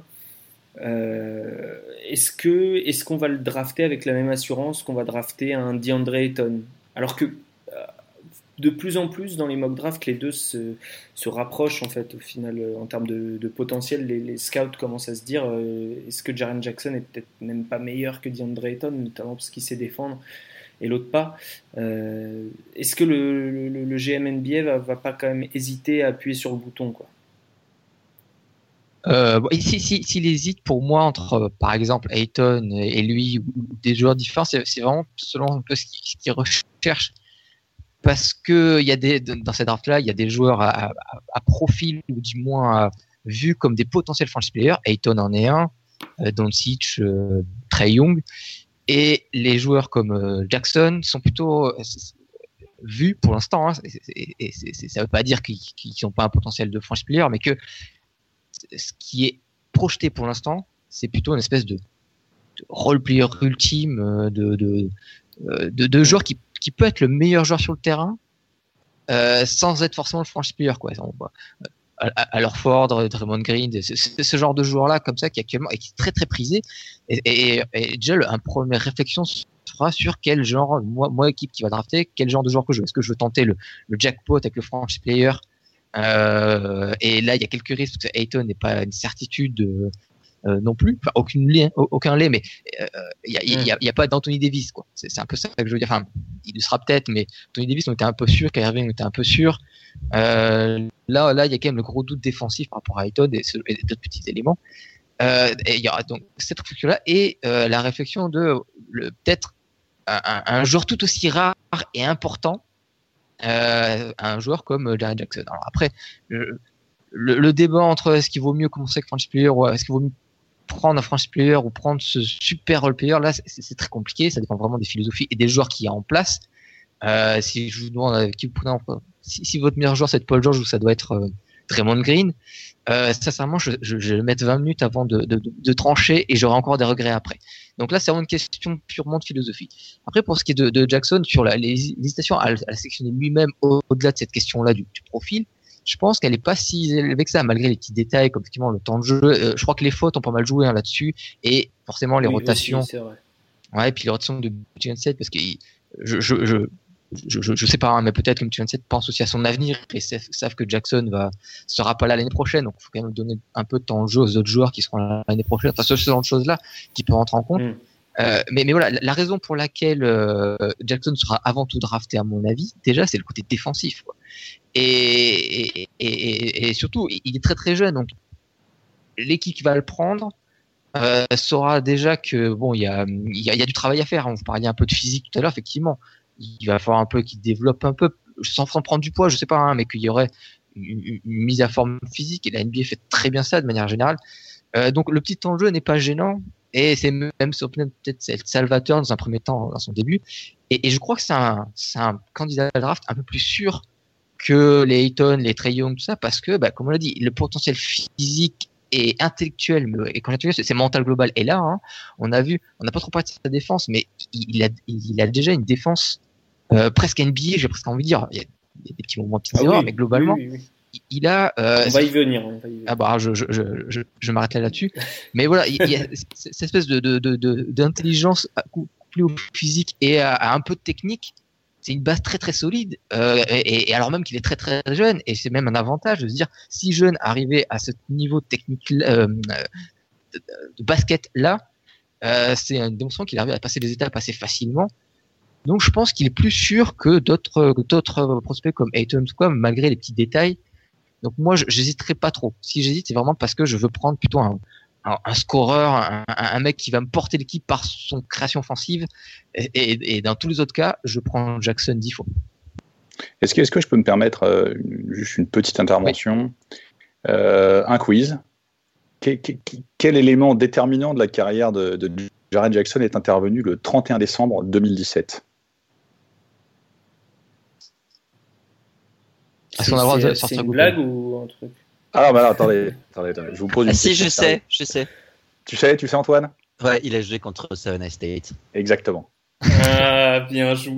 Euh, est-ce, que, est-ce qu'on va le drafter avec la même assurance qu'on va drafter un DeAndre Ayton ? Alors que euh, de plus en plus dans les mock drafts, les deux se, se rapprochent en fait au final en termes de, de potentiel. Les, les scouts commencent à se dire euh, est-ce que Jaren Jackson est peut-être même pas meilleur que DeAndre Ayton, notamment parce qu'il sait défendre et l'autre pas. Euh, est-ce que le, le, le G M N B A va, va pas quand même hésiter à appuyer sur le bouton, quoi ? Euh, si, si, s'il hésite pour moi entre euh, par exemple Ayton et lui ou des joueurs différents, c'est, c'est vraiment selon un peu ce qu'il, ce qu'il recherche, parce que il y a des dans cette draft là il y a des joueurs à, à, à profil ou du moins à, vus comme des potentiels franchise players. Ayton en est un, euh, Doncic, euh, Trae Young. Et les joueurs comme euh, Jackson sont plutôt euh, vus pour l'instant, hein, et, et, et, et ça ne veut pas dire qu'ils n'ont pas un potentiel de franchise player, mais que ce qui est projeté pour l'instant, c'est plutôt une espèce de, de role player ultime, de, de, de, de joueur qui, qui peut être le meilleur joueur sur le terrain, euh, sans être forcément le franchise player, quoi. On, à, à Horford, Draymond Green, c'est, c'est ce genre de joueur-là comme ça qui actuellement est très très prisé. Et, et, et déjà, un première réflexion sera sur quel genre, moi, moi équipe qui va drafter, quel genre de joueur que je veux. Est-ce que je veux tenter le, le jackpot avec le franchise player? Euh, et là, il y a quelques risques parce que Ayton n'est pas une certitude. Euh, Euh, non plus, enfin aucune lait, hein, aucun lait, mais il euh, y, a, y, a, y a pas d'Anthony Davis, quoi. C'est, c'est un peu ça que je veux dire. Enfin, il le sera peut-être, mais Anthony Davis, on était un peu sûr, Kyrie Irving, on était un peu sûr. Euh, là, là, il y a quand même le gros doute défensif par rapport à Ayton et, et d'autres petits éléments. Euh, et il y aura donc cette réflexion-là et euh, la réflexion de le, peut-être un, un, un joueur tout aussi rare et important, euh, un joueur comme Jaren Jackson. Alors après, le, le, le débat entre est-ce qu'il vaut mieux commencer avec franchise player ou est-ce qu'il vaut mieux prendre un franchise player ou prendre ce super role player, là c'est, c'est très compliqué, ça dépend vraiment des philosophies et des joueurs qu'il y a en place. Euh, si je vous demande avec qui vous prenez, si, si votre meilleur joueur c'est Paul George ou ça doit être euh, Draymond Green, euh, sincèrement je, je, je vais mettre vingt minutes avant de, de, de, de trancher et j'aurai encore des regrets après. Donc là c'est vraiment une question purement de philosophie. Après pour ce qui est de, de Jackson, sur la, l'hésitation à, à la sectionner lui-même au, au-delà de cette question-là du, du profil, je pense qu'elle est pas si élevée que ça, malgré les petits détails, comme effectivement le temps de jeu. Euh, je crois que les fautes ont pas mal joué hein, là-dessus, et forcément les oui, rotations. Aussi, c'est vrai. Ouais, et puis les rotations de Johnson, parce que je je je je, je, je sais pas, hein, mais peut-être que Johnson pense aussi à son avenir et savent que Jackson va sera pas là l'année prochaine, donc il faut quand même donner un peu de temps de jeu aux autres joueurs qui seront là l'année prochaine. Enfin, ce genre de choses là qui peuvent rentrer en compte. Mm. Euh, mais, mais voilà, la, la raison pour laquelle euh, Jackson sera avant tout drafté, à mon avis, déjà, c'est le côté défensif, quoi. Et, et, et, et surtout, il est très très jeune, donc l'équipe qui va le prendre euh, saura déjà que bon, il y a, y, a, y a du travail à faire. On vous parlait un peu de physique tout à l'heure, effectivement. Il va falloir un peu qu'il développe un peu, sans prendre du poids, je sais pas, hein, mais qu'il y aurait une, une mise à forme physique. Et la N B A fait très bien ça de manière générale. Euh, donc le petit temps de jeu n'est pas gênant. Et c'est même sur peut-être salvateur dans un premier temps, dans son début. Et, et je crois que c'est un, c'est un candidat à draft un peu plus sûr que les Ayton, les Trae Young, tout ça, parce que, bah, comme on l'a dit, le potentiel physique et intellectuel, et quand j'ai c'est, c'est mental global. Et là, hein, on a vu, on n'a pas trop parlé de sa défense, mais il, il, a, il a déjà une défense euh, presque N B A, j'ai presque envie de dire. Il y a, il y a des petits moments, petites ah erreurs, oui, mais globalement, oui, oui, oui. Il a. Euh, on, va y venir, on va y venir. Ah bah, je, je, je, je, je m'arrête là là-dessus. Mais voilà, il y a cette espèce de, de, de, de d'intelligence plus au physique et à, à un peu de technique. C'est une base très très solide, euh, et, et alors même qu'il est très très jeune, et c'est même un avantage de se dire si jeune arrivé à ce niveau technique euh, de, de basket là, euh, c'est une démonstration qu'il arrive à passer des étapes assez facilement. Donc je pense qu'il est plus sûr que d'autres d'autres prospects comme Ayton ou quoi, malgré les petits détails. Donc moi j'hésiterai pas trop. Si j'hésite, c'est vraiment parce que je veux prendre plutôt un Un, un scoreur, un, un mec qui va me porter l'équipe par son création offensive, et, et, et dans tous les autres cas, je prends Jackson dix fois. Est-ce que, est-ce que je peux me permettre euh, juste une petite intervention, oui. euh, un quiz. Quel, quel, quel élément déterminant de la carrière de, de Jaren Jackson est intervenu le trente et un décembre deux mille dix-sept? C'est, c'est, c'est une blague ou un truc? Ah non, bah non, attendez, attendez, attendez, je vous pose une ah, question. Si, je sais, je sais. Tu sais, tu sais, Antoine? Ouais, il a joué contre Savannah State. Exactement. Ah, bien joué.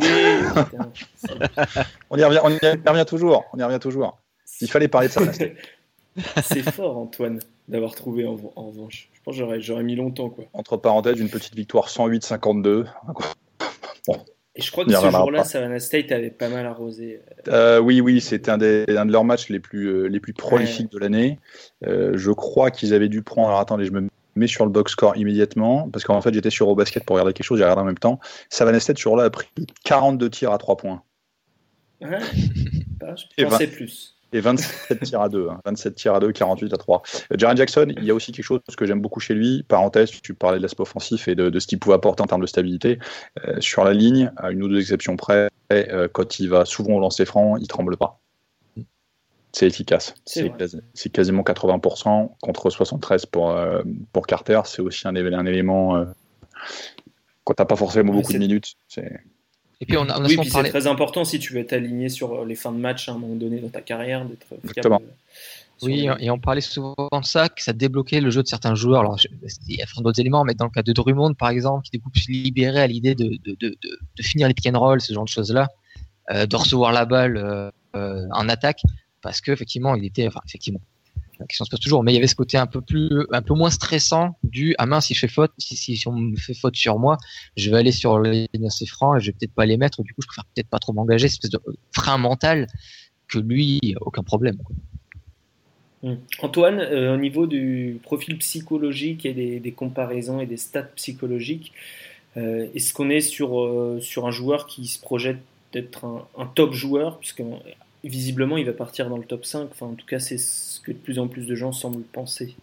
on, y revient, on y revient toujours, on y revient toujours. Il fallait parler de Savannah State. C'est fort, Antoine, d'avoir trouvé en, en revanche. Je pense que j'aurais, j'aurais mis longtemps, quoi. Entre parenthèses, une petite victoire cent huit cinquante-deux. Bon. Et je crois que ce jour-là, pas. Savannah State avait pas mal arrosé. Euh, oui, oui, c'était un, des, un de leurs matchs les plus, euh, les plus prolifiques ouais. de l'année. Euh, je crois qu'ils avaient dû prendre. Alors attendez, je me mets sur le box score immédiatement parce qu'en fait, j'étais sur Eurobasket pour regarder quelque chose. J'ai regardé en même temps. Savannah State, ce jour-là, a pris quarante-deux tirs à trois points. Ouais, bah, je pensais vingt, plus. Et vingt-sept tirs à deux. Hein, vingt-sept tirs à deux, quarante-huit à trois. Euh, Jaren Jackson, il y a aussi quelque chose que j'aime beaucoup chez lui. Parenthèse, tu parlais de l'aspect offensif et de, de ce qu'il pouvait apporter en termes de stabilité. Euh, sur la ligne, à une ou deux exceptions près, euh, quand il va souvent au lancer franc, il ne tremble pas. C'est efficace. C'est, c'est, quasi, c'est quasiment quatre-vingts pour cent contre soixante-treize pour, euh, pour Carter. C'est aussi un, un élément. Euh, quand tu n'as pas forcément ouais, beaucoup c'est... de minutes. C'est... Et puis on a, on a oui, puis parlé... c'est très important si tu veux être aligné sur les fins de match à un moment donné dans ta carrière, d'être Exactement. Oui, les... et on parlait souvent de ça, que ça débloquait le jeu de certains joueurs. Alors, il y a d'autres éléments, mais dans le cas de Drummond, par exemple, qui du coup se libérait à l'idée de, de, de, de, de finir les pick and roll, ce genre de choses-là, euh, de recevoir la balle euh, euh, en attaque, parce que effectivement, il était, enfin effectivement, la question se pose toujours, mais il y avait ce côté un peu plus, un peu moins stressant du ah mince si je fais faute, si, si, si on me fait faute sur moi, je vais aller sur les assez francs et je vais peut-être pas les mettre, du coup je préfère peut-être pas trop m'engager, cette espèce de frein mental que lui, aucun problème. Quoi. Mmh. Antoine, euh, au niveau du profil psychologique et des, des comparaisons et des stats psychologiques, euh, est-ce qu'on est sur, euh, sur un joueur qui se projette d'être un, un top joueur, puisque visiblement il va partir dans le top cinq, enfin en tout cas c'est ce que de plus en plus de gens semblent penser.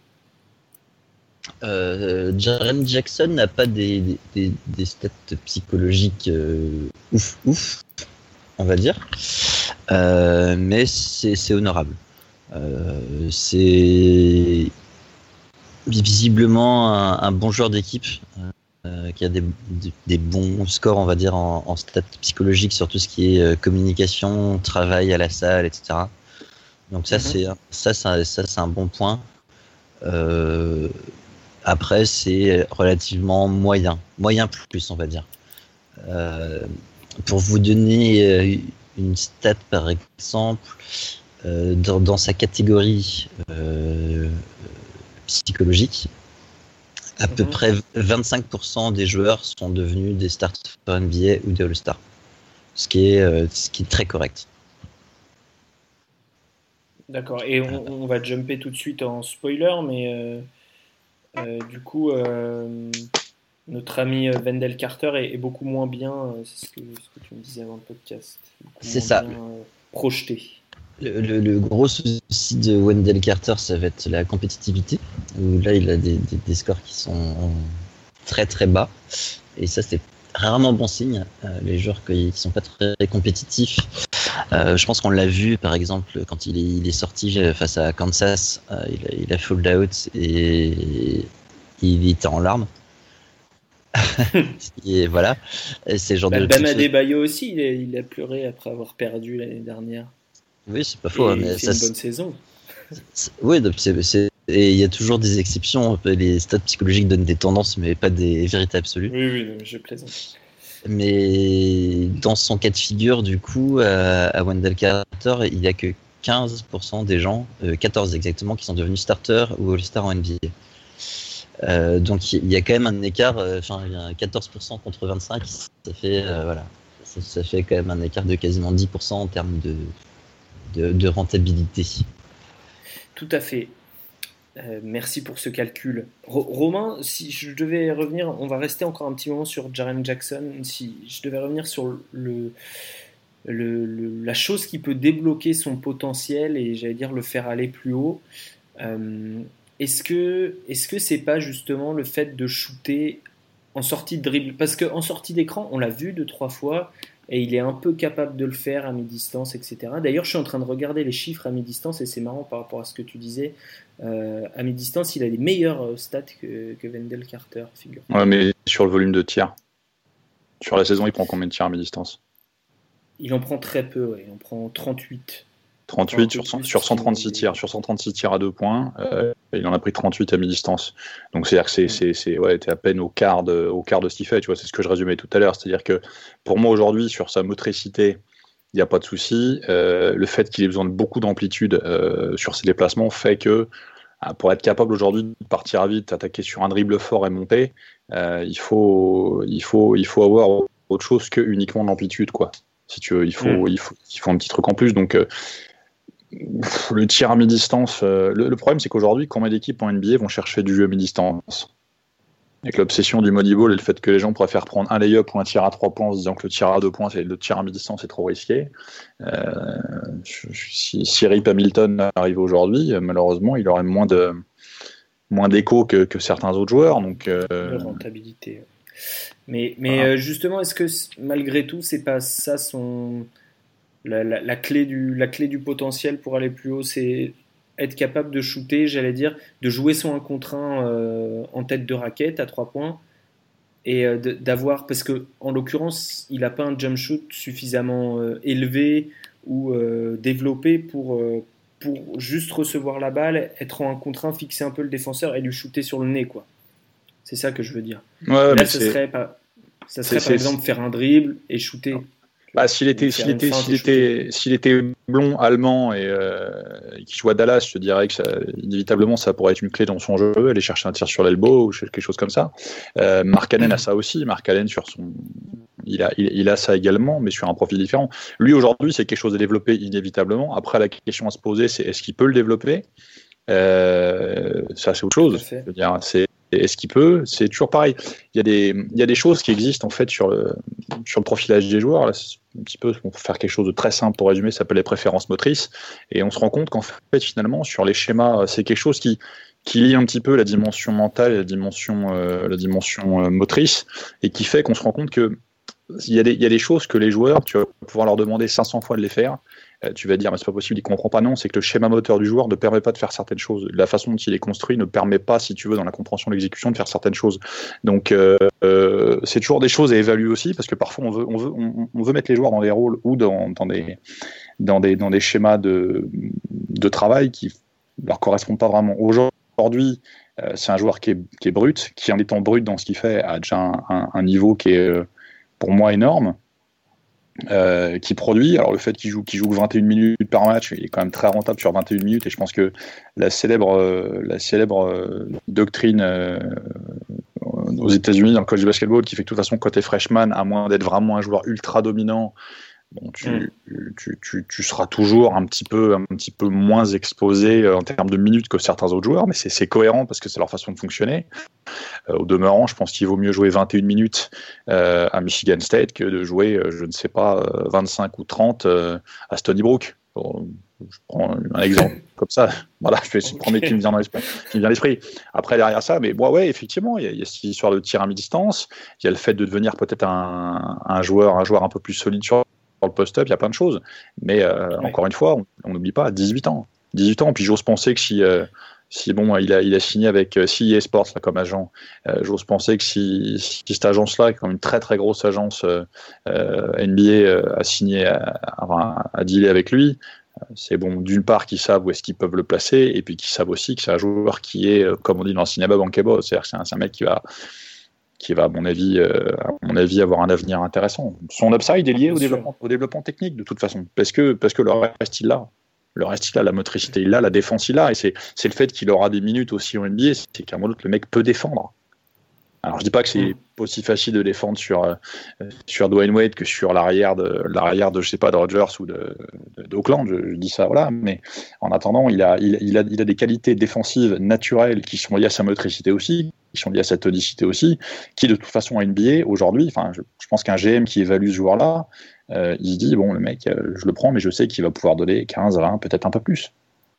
Euh, Jaren Jackson n'a pas des, des, des, des stats psychologiques euh, ouf ouf, on va dire, euh, mais c'est, c'est honorable. Euh, c'est visiblement un, un bon joueur d'équipe euh, qui a des, des, des bons scores, on va dire, en, en stats psychologiques sur tout ce qui est euh, communication, travail à la salle, et cetera. Donc ça, mm-hmm. c'est ça, ça, ça, c'est un bon point. Euh, après, c'est relativement moyen, moyen plus, on va dire. Euh, pour vous donner une stat, par exemple. Euh, dans, dans sa catégorie euh, psychologique, à mmh. peu près vingt-cinq pour cent des joueurs sont devenus des starters N B A ou des All-Stars, ce qui est, euh, ce qui est très correct. D'accord, et on, on va jumper tout de suite en spoiler, mais euh, euh, du coup, euh, notre ami Wendell Carter est, est beaucoup moins bien, c'est ce que, ce que tu me disais avant le podcast, c'est ça. Bien, euh, projeté. Le, le, le gros souci de Wendell Carter, ça va être la compétitivité, où là il a des, des, des scores qui sont très très bas, et ça c'est rarement bon signe. Euh, les joueurs qui, qui sont pas très compétitifs, euh, je pense qu'on l'a vu par exemple quand il est, il est sorti face à Kansas, euh, il, a, il a fold out et il était en larmes. Et voilà, et c'est le genre bah, de Bam Adebayo aussi, il a, il a pleuré après avoir perdu l'année dernière. Oui, c'est pas faux. Et mais il fait ça, une bonne saison. C'est, oui, c'est, c'est, et il y a toujours des exceptions. Les stats psychologiques donnent des tendances, mais pas des vérités absolues. Oui, oui, non, je plaisante. Mais dans son cas de figure, du coup, à, à Wendell Carter, il n'y a que quinze pour cent des gens, euh, quatorze exactement, qui sont devenus starters ou All-Star en N B A. Euh, donc il y a quand même un écart, enfin euh, il y a quatorze pour cent contre vingt-cinq, ça fait euh, voilà, ça, ça fait quand même un écart de quasiment dix pour cent en termes de De, de rentabilité. Tout à fait. Euh, merci pour ce calcul. Ro- Romain, si je devais revenir, on va rester encore un petit moment sur Jaren Jackson. Si je devais revenir sur le, le, le, la chose qui peut débloquer son potentiel et j'allais dire le faire aller plus haut, euh, est-ce que est-ce que c'est pas justement le fait de shooter en sortie de dribble? Parce qu'en sortie d'écran, on l'a vu deux, trois fois. Et il est un peu capable de le faire à mi-distance, et cetera. D'ailleurs, je suis en train de regarder les chiffres à mi-distance et c'est marrant par rapport à ce que tu disais. Euh, à mi-distance, il a des meilleurs stats que, que Wendell Carter, figure. Ouais, mais sur le volume de tirs. Sur la saison, il prend combien de tirs à mi-distance? Il en prend très peu, ouais. Il en prend trente-huit. trente-huit sur, cent, sur cent trente-six et... tirs, sur cent trente-six tirs à deux points, euh, il en a pris trente-huit à mi-distance. Donc c'est-à-dire que c'est, c'est, c'est, ouais, t'es à peine au quart de, au quart de ce qu'il fait, tu vois, c'est ce que je résumais tout à l'heure. C'est-à-dire que pour moi aujourd'hui, sur sa motricité, il n'y a pas de souci. Euh, le fait qu'il ait besoin de beaucoup d'amplitude euh, sur ses déplacements fait que pour être capable aujourd'hui de partir à vite, attaquer sur un dribble fort et monter, euh, il faut, il faut, il faut avoir autre chose que uniquement de l'amplitude, quoi. Si tu veux, il faut, mmh. il faut, il faut un petit truc en plus. Donc euh, le tir à mi-distance, euh, le, le problème c'est qu'aujourd'hui, combien d'équipes en N B A vont chercher du jeu à mi-distance? Avec l'obsession du Moneyball et le fait que les gens préfèrent prendre un lay-up ou un tir à trois points en se disant que le tir à deux points, c'est, le tir à mi-distance c'est trop risqué. Euh, je, je, si, si Rip Hamilton arrive aujourd'hui, malheureusement, il aurait moins, de, moins d'écho que, que certains autres joueurs. Donc, euh... de rentabilité. Mais, mais voilà. euh, justement, est-ce que malgré tout, c'est pas ça son... La, la, la, clé du, la clé du potentiel pour aller plus haut, c'est être capable de shooter, j'allais dire, de jouer son un contre un euh, en tête de raquette à trois points et euh, de, d'avoir, parce que en l'occurrence, il n'a pas un jump shoot suffisamment euh, élevé ou euh, développé pour, euh, pour juste recevoir la balle, être en un contre un, fixer un peu le défenseur et lui shooter sur le nez, quoi. C'est ça que je veux dire. Ouais, là, ça serait, pas, ça serait par exemple faire un dribble et shooter. Bah, s'il était, s'il était, s'il était, s'il était blond, allemand et, euh, et qui joue à Dallas, je te dirais que ça, inévitablement, ça pourrait être une clé dans son jeu, aller chercher un tir sur l'elbow ou quelque chose comme ça. Euh, Mark Allen a ça aussi. Mark Allen sur son, il a, il, il a ça également, mais sur un profil différent. Lui aujourd'hui, c'est quelque chose à développer inévitablement. Après, la question à se poser, c'est est-ce qu'il peut le développer? euh, Ça, c'est autre chose. Je veux dire, c'est est-ce qu'il peut? C'est toujours pareil. Il y a des, il y a des choses qui existent en fait sur le, sur le profilage des joueurs. Là, c'est un petit peu, pour faire quelque chose de très simple pour résumer, ça s'appelle les préférences motrices. Et on se rend compte qu'en fait, finalement, sur les schémas, c'est quelque chose qui, qui lie un petit peu la dimension mentale et la dimension, euh, la dimension euh, motrice, et qui fait qu'on se rend compte que il y a des, il y a des choses que les joueurs, tu vas pouvoir leur demander cinq cents fois de les faire. Tu vas dire, mais c'est pas possible, il comprend pas. Non, c'est que le schéma moteur du joueur ne permet pas de faire certaines choses. La façon dont il est construit ne permet pas, si tu veux, dans la compréhension de l'exécution, de faire certaines choses. Donc, euh, euh, c'est toujours des choses à évaluer aussi, parce que parfois, on veut, on veut, on, on veut mettre les joueurs dans des rôles ou dans, dans des, dans des, dans des schémas de, de travail qui leur correspondent pas vraiment. Aujourd'hui, euh, c'est un joueur qui est, qui est brut, qui en étant brut dans ce qu'il fait, a déjà un, un, un niveau qui est, euh, pour moi, énorme. Euh, qui produit, alors le fait qu'il joue, qu'il joue vingt et une minutes par match, il est quand même très rentable sur vingt et une minutes, et je pense que la célèbre, euh, la célèbre euh, doctrine euh, aux États-Unis dans le college de basketball qui fait que de toute façon quand t'es freshman, à moins d'être vraiment un joueur ultra dominant, bon, tu, mm. tu, tu, tu seras toujours un petit peu, un petit peu moins exposé en termes de minutes que certains autres joueurs, mais c'est, c'est cohérent parce que c'est leur façon de fonctionner. Euh, au demeurant, je pense qu'il vaut mieux jouer vingt et une minutes euh, à Michigan State que de jouer, euh, je ne sais pas, euh, vingt-cinq ou trente euh, à Stony Brook. Bon, je prends un exemple comme ça. Voilà, je fais okay. le premier qui me vient dans l'esprit. Qui me vient à l'esprit. Après, derrière ça, mais bon, ouais, effectivement, il y, y a cette histoire de tir à mi-distance. Il y a le fait de devenir peut-être un, un joueur, un joueur un peu plus solide sur le post-up. Il y a plein de choses. Mais euh, ouais. encore une fois, on n'oublie pas, dix-huit ans. dix-huit ans. Puis j'ose penser que si euh, Si bon, il a, il a signé avec euh, C E A Sports là, comme agent, euh, j'ose penser que si, si cette agence-là, qui est comme une très très grosse agence euh, euh, N B A, euh, a signé, à, à, à dealer avec lui, euh, c'est bon, d'une part qu'ils savent où est-ce qu'ils peuvent le placer, et puis qu'ils savent aussi que c'est un joueur qui est, euh, comme on dit dans le cinéma, bankable, c'est-à-dire que c'est un, c'est un mec qui va, qui va à mon avis, euh, à mon avis, avoir un avenir intéressant. Son upside est lié au développement, au développement technique de toute façon, parce que parce que le reste il l'a. Le reste, il a la motricité, il a la défense, il a, et c'est, c'est le fait qu'il aura des minutes aussi en N B A, c'est qu'à un moment d'autre, le mec peut défendre. Alors, je dis pas que c'est pas aussi facile de défendre sur, euh, sur Dwayne Wade que sur l'arrière de, l'arrière de, je sais pas, de Rodgers ou de, de, d'Oakland, je, je dis ça, voilà, mais en attendant, il a, il, il a, il a des qualités défensives naturelles qui sont liées à sa motricité aussi, qui sont liées à sa tonicité aussi, qui, de toute façon, en N B A, aujourd'hui, enfin, je, je pense qu'un G M qui évalue ce joueur-là, Euh, il se dit, bon, le mec, euh, je le prends, mais je sais qu'il va pouvoir donner quinze, vingt, peut-être un peu plus.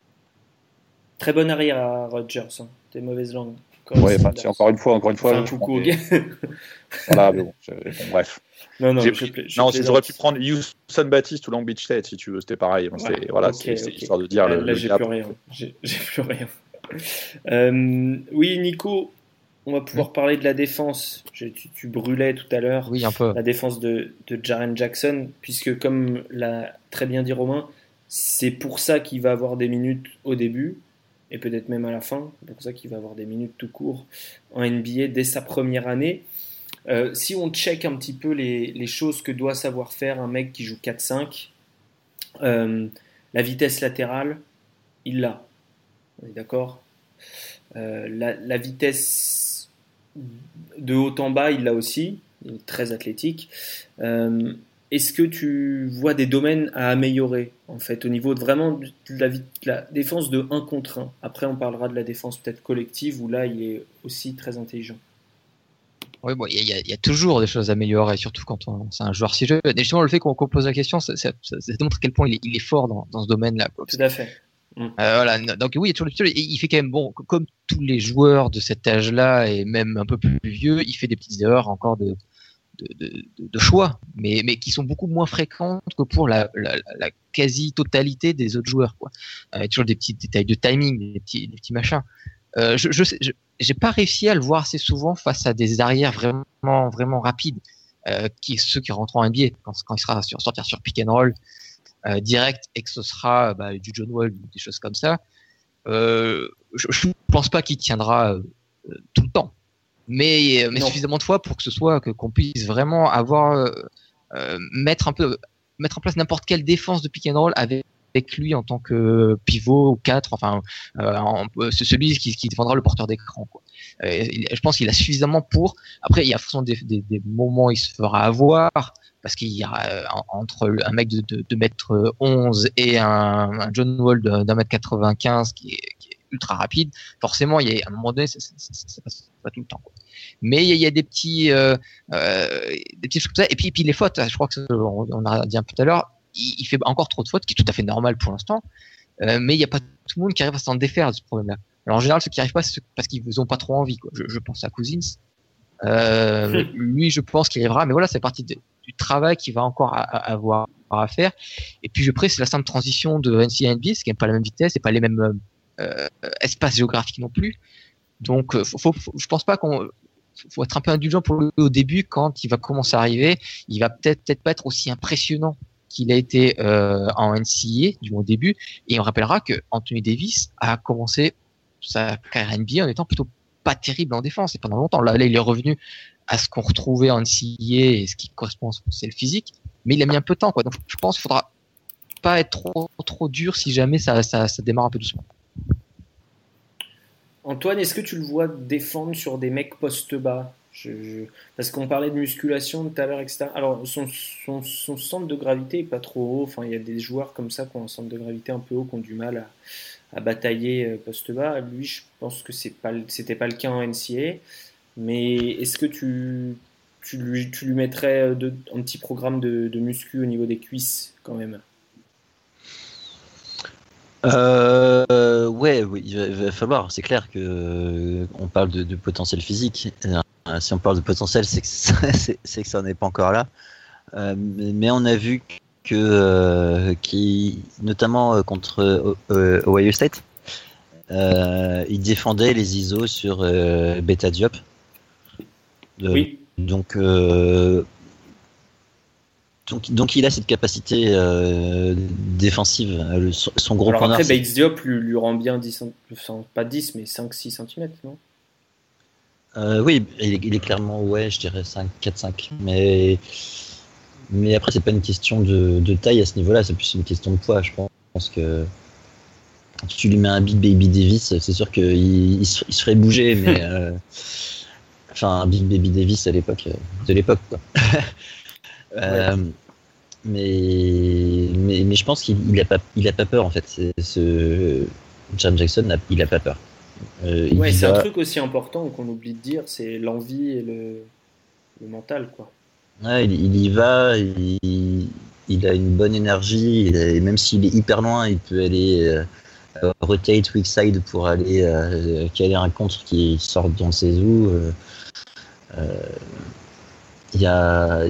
Très bonne arrière à Rodgers, hein. T'es mauvaise langue. Ouais, bah, c'est encore une fois, encore une fois. Enfin, coucou, des... voilà, mais bon, bon, bref. Non, non, J'ai je pris... plais, je non plais j'aurais pu prendre Houston Baptiste ou Long Beach State, si tu veux, c'était pareil. Bon, ouais, voilà, okay, c'est, okay. c'est histoire de dire. Là, le, là le j'ai gap. plus rien. J'ai, j'ai plus rien. euh, oui, Nico, on va pouvoir mmh. parler de la défense. Je, tu, tu brûlais tout à l'heure oui, un peu. la défense de, de Jaren Jackson, puisque comme l'a très bien dit Romain, c'est pour ça qu'il va avoir des minutes au début, et peut-être même à la fin. C'est pour ça qu'il va avoir des minutes tout court en N B A dès sa première année. Euh, si on check un petit peu les, les choses que doit savoir faire un mec qui joue quatre cinq, euh, la vitesse latérale, il l'a. On est d'accord ? euh, la, la vitesse de haut en bas, il l'a aussi. Il est très athlétique. Euh, est-ce que tu vois des domaines à améliorer, en fait, au niveau de vraiment de la, de la défense de un contre un? Après, on parlera de la défense peut-être collective, où là, il est aussi très intelligent. Oui, bon, il y, y, y a toujours des choses à améliorer, surtout quand on, c'est un joueur si jeune. Et justement, le fait qu'on, qu'on pose la question, ça, ça, ça, ça démontre à quel point il est, il est fort dans, dans ce domaine-là. Quoi. Tout à fait. Euh, voilà. Donc oui, il y a toujours le il fait quand même bon, comme tous les joueurs de cet âge-là et même un peu plus vieux, il fait des petites erreurs encore de de, de, de choix, mais mais qui sont beaucoup moins fréquentes que pour la, la, la quasi-totalité des autres joueurs. Quoi. Euh, il y a toujours des petits détails de timing, des petits des petits machins. Euh, je, je, je j'ai pas réussi à le voir assez souvent face à des arrières vraiment vraiment rapides, euh, qui ceux qui rentrent en N B A quand quand il sera sur sortir sur pick and roll. Euh, direct et que ce sera bah, du John Wall, des choses comme ça. Euh, je, je pense pas qu'il tiendra euh, tout le temps, mais, mais suffisamment de fois pour que ce soit que qu'on puisse vraiment avoir euh, euh, mettre un peu, mettre en place n'importe quelle défense de pick and roll avec avec lui en tant que pivot ou quatre, enfin euh, en, c'est celui qui, qui défendra le porteur d'écran, quoi. Euh, je pense qu'il a suffisamment pour. Après, il y a forcément des, des, des moments où il se fera avoir parce qu'il y a euh, entre un mec de, de, de mètre onze et un, un John Wall d'un mètre quatre-vingt-quinze qui est, qui est ultra rapide. Forcément, il y a à un moment donné, ça, ça, ça, ça passe pas tout le temps, quoi. Mais il y, a, il y a des petits, euh, euh, des petits trucs comme ça. Et puis, et puis les fautes. Je crois que ça, on, on a dit un peu tout à l'heure. Il fait encore trop de fautes, qui est tout à fait normal pour l'instant, euh, mais il n'y a pas tout le monde qui arrive à s'en défaire de ce problème-là. Alors en général, ceux qui arrivent pas, c'est parce qu'ils n'ont pas trop envie, quoi. Je, je pense à Cousins. Euh, lui, je pense qu'il arrivera, mais voilà, c'est partie de, du travail qu'il va encore à, à avoir à faire. Et puis après, c'est la simple transition de N C A A N B A, c'est quand même pas la même vitesse, c'est pas les mêmes euh, espaces géographiques non plus. Donc, faut, faut, faut, je pense pas qu'on faut être un peu indulgent pour lui au début. Quand il va commencer à arriver, il va peut-être peut-être pas être aussi impressionnant qu'il a été euh, en N C A A, du moins au début. Et on rappellera que Anthony Davis a commencé sa carrière N B A en étant plutôt pas terrible en défense, et pendant longtemps. Là, là il est revenu à ce qu'on retrouvait en N C A A et ce qui correspond, c'est le physique. Mais il a mis un peu de temps, quoi. Donc, je pense qu'il faudra pas être trop, trop dur si jamais ça, ça, ça démarre un peu doucement. Antoine, est-ce que tu le vois défendre sur des mecs poste bas? Je, je... Parce qu'on parlait de musculation tout à l'heure, et cetera. Alors, son, son, son centre de gravité est pas trop haut. Enfin, il y a des joueurs comme ça qui ont un centre de gravité un peu haut, qui ont du mal à, à batailler poste bas. Lui, je pense que c'est pas, c'était pas le cas en N C A A. Mais est-ce que tu, tu, lui, tu lui mettrais de, un petit programme de, de muscu au niveau des cuisses quand même? Euh, ouais, oui, il va, il va falloir. C'est clair que euh, on parle de, de potentiel physique. Euh, si on parle de potentiel, c'est que ça, c'est, c'est que ça n'est pas encore là. Euh, mais, mais on a vu que, euh, qui, notamment euh, contre euh, Ohio State, euh, il défendait les I S O sur euh, Beta Diop. Euh, oui. Donc. Euh, Donc, donc il a cette capacité euh, défensive. Le, son gros Alors point après, c'est... Bates Diop lui, lui rend bien dix, pas dix, mais cinq six centimètres, non euh, Oui, il est, il est clairement, ouais, je dirais cinq, quatre cinq. Mais, mais après, c'est pas une question de, de taille à ce niveau-là, c'est plus une question de poids. Je pense que si tu lui mets un Big Baby Davis, c'est sûr qu'il il se, il se ferait bouger, mais euh, enfin, un Big Baby Davis à l'époque, de l'époque, quoi. Euh, ouais. mais, mais mais je pense qu'il il a pas il a pas peur en fait. C'est, ce Jaren Jackson a, il a pas peur. Euh, ouais, c'est va... un truc aussi important qu'on oublie de dire, c'est l'envie et le, le mental, quoi. Ouais, il, il y va, il, il a une bonne énergie et même s'il est hyper loin, il peut aller euh, rotate weak side pour aller euh, caler un contre qui sort dans ses os. Euh, euh, il y a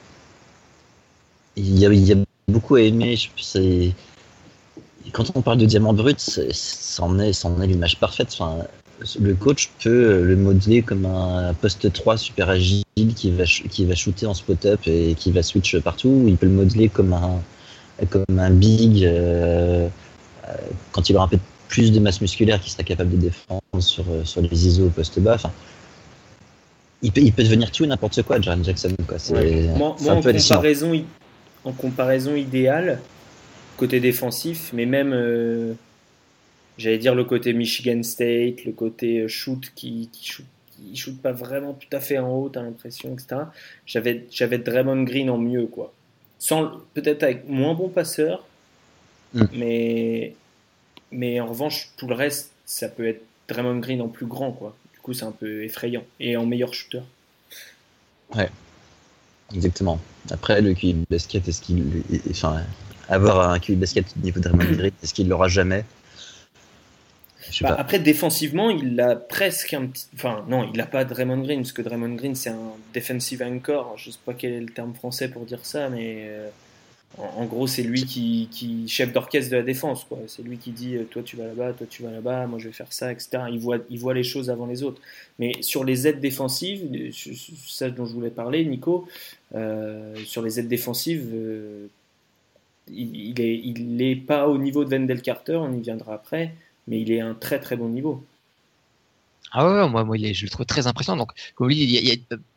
Il y, a, il y a beaucoup à aimer. C'est... Quand on parle de diamant brut, c'en est, c'en est l'image parfaite. Enfin, le coach peut le modeler comme un poste trois super agile qui va, qui va shooter en spot-up et qui va switch partout. Il peut le modeler comme un, comme un big euh, quand il aura un peu plus de masse musculaire qui sera capable de défendre sur, sur les I S O au poste bas. Enfin, il peut, il peut devenir tout et n'importe quoi, Jaren Jackson. Quoi. C'est, ouais. Moi, c'est moi un en peu comparaison, il... en comparaison idéale, côté défensif, mais même, euh, j'allais dire le côté Michigan State, le côté shoot qui, qui, shoot, qui shoot pas vraiment tout à fait en haut, t'as l'impression, et cetera. J'avais, j'avais Draymond Green en mieux, quoi. Sans, peut-être avec moins bon passeur, mm. mais, mais en revanche, tout le reste, ça peut être Draymond Green en plus grand, quoi. Du coup, c'est un peu effrayant. Et en meilleur shooter. Ouais. Exactement. Après, le Q I basket, est-ce qu'il, enfin, avoir un Q I basket au niveau de Draymond Green, est-ce qu'il l'aura jamais? Je sais bah, pas. Après, défensivement, il a presque un petit, enfin, non, il n'a pas Draymond Green, parce que Draymond Green, c'est un defensive anchor. Je sais pas quel est le terme français pour dire ça, mais euh, en, en gros, c'est lui qui, qui chef d'orchestre de la défense, quoi. C'est lui qui dit, toi tu vas là-bas, toi tu vas là-bas, moi je vais faire ça, et cetera. Il voit, il voit les choses avant les autres. Mais sur les aides défensives, ça dont je voulais parler, Nico, euh, sur les aides défensives, euh, il, il, est, il est pas au niveau de Wendell Carter, on y viendra après, mais il est à un très très bon niveau. Ah ouais, moi, moi il est, je le trouve très impressionnant. Donc, comme il, il y a,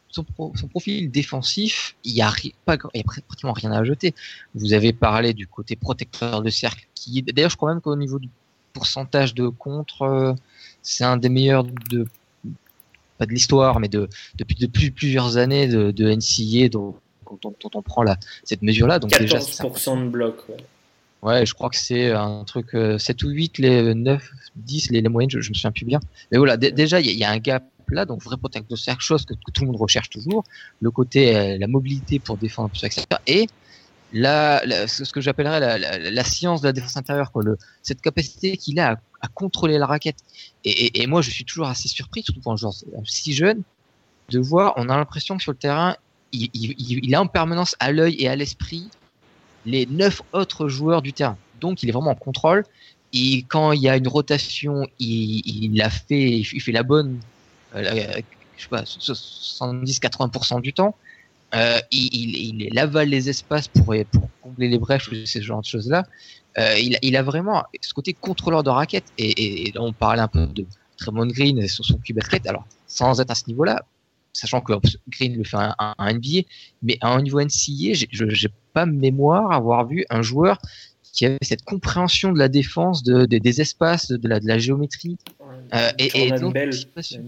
son, pro, son profil défensif, il y a ri, pas, il y a pratiquement rien à ajouter. Vous avez parlé du côté protecteur de cercle, qui d'ailleurs je crois même qu'au niveau du pourcentage de contre, euh, c'est un des meilleurs de pas de l'histoire, mais de depuis de plus, plusieurs années de, de N C A A dont, dont, dont on prend la cette mesure-là. Donc quatorze pour cent déjà, de bloc. Ouais. Ouais, je crois que c'est un truc euh, sept ou huit, les neuf, dix, les, les moyennes, je, je me souviens plus bien. Mais voilà, d- déjà, il y, y a un gap là, donc vrai protecteur de cercle, chose que, que tout le monde recherche toujours. Le côté, euh, la mobilité pour défendre, et cetera. Et la, la, ce que j'appellerais la, la, la science de la défense intérieure, quoi. Le, cette capacité qu'il a à, à contrôler la raquette. Et, et, et moi, je suis toujours assez surpris, surtout pour un joueur si jeune, de voir, on a l'impression que sur le terrain, il, il, il, il a en permanence à l'œil et à l'esprit les neuf autres joueurs du terrain. Donc, il est vraiment en contrôle. Et quand il y a une rotation, il, il la fait, il fait la bonne, euh, la, je sais pas, soixante-dix à quatre-vingts pour cent du temps. Euh, il, il, il avale les espaces pour, pour combler les brèches ou ce genre de choses-là. Euh, il, il a vraiment ce côté contrôleur de raquette. Et, et, et là, on parlait un peu de Draymond Green et sur son Q basket. Alors, sans être à ce niveau-là, sachant que Green le fait un, un, un N B A, mais à un niveau N C A A, j'ai, je, j'ai pas mémoire avoir vu un joueur qui avait cette compréhension de la défense, de, de des espaces, de la, de la géométrie, ouais, euh, et, et, de l'anticipation.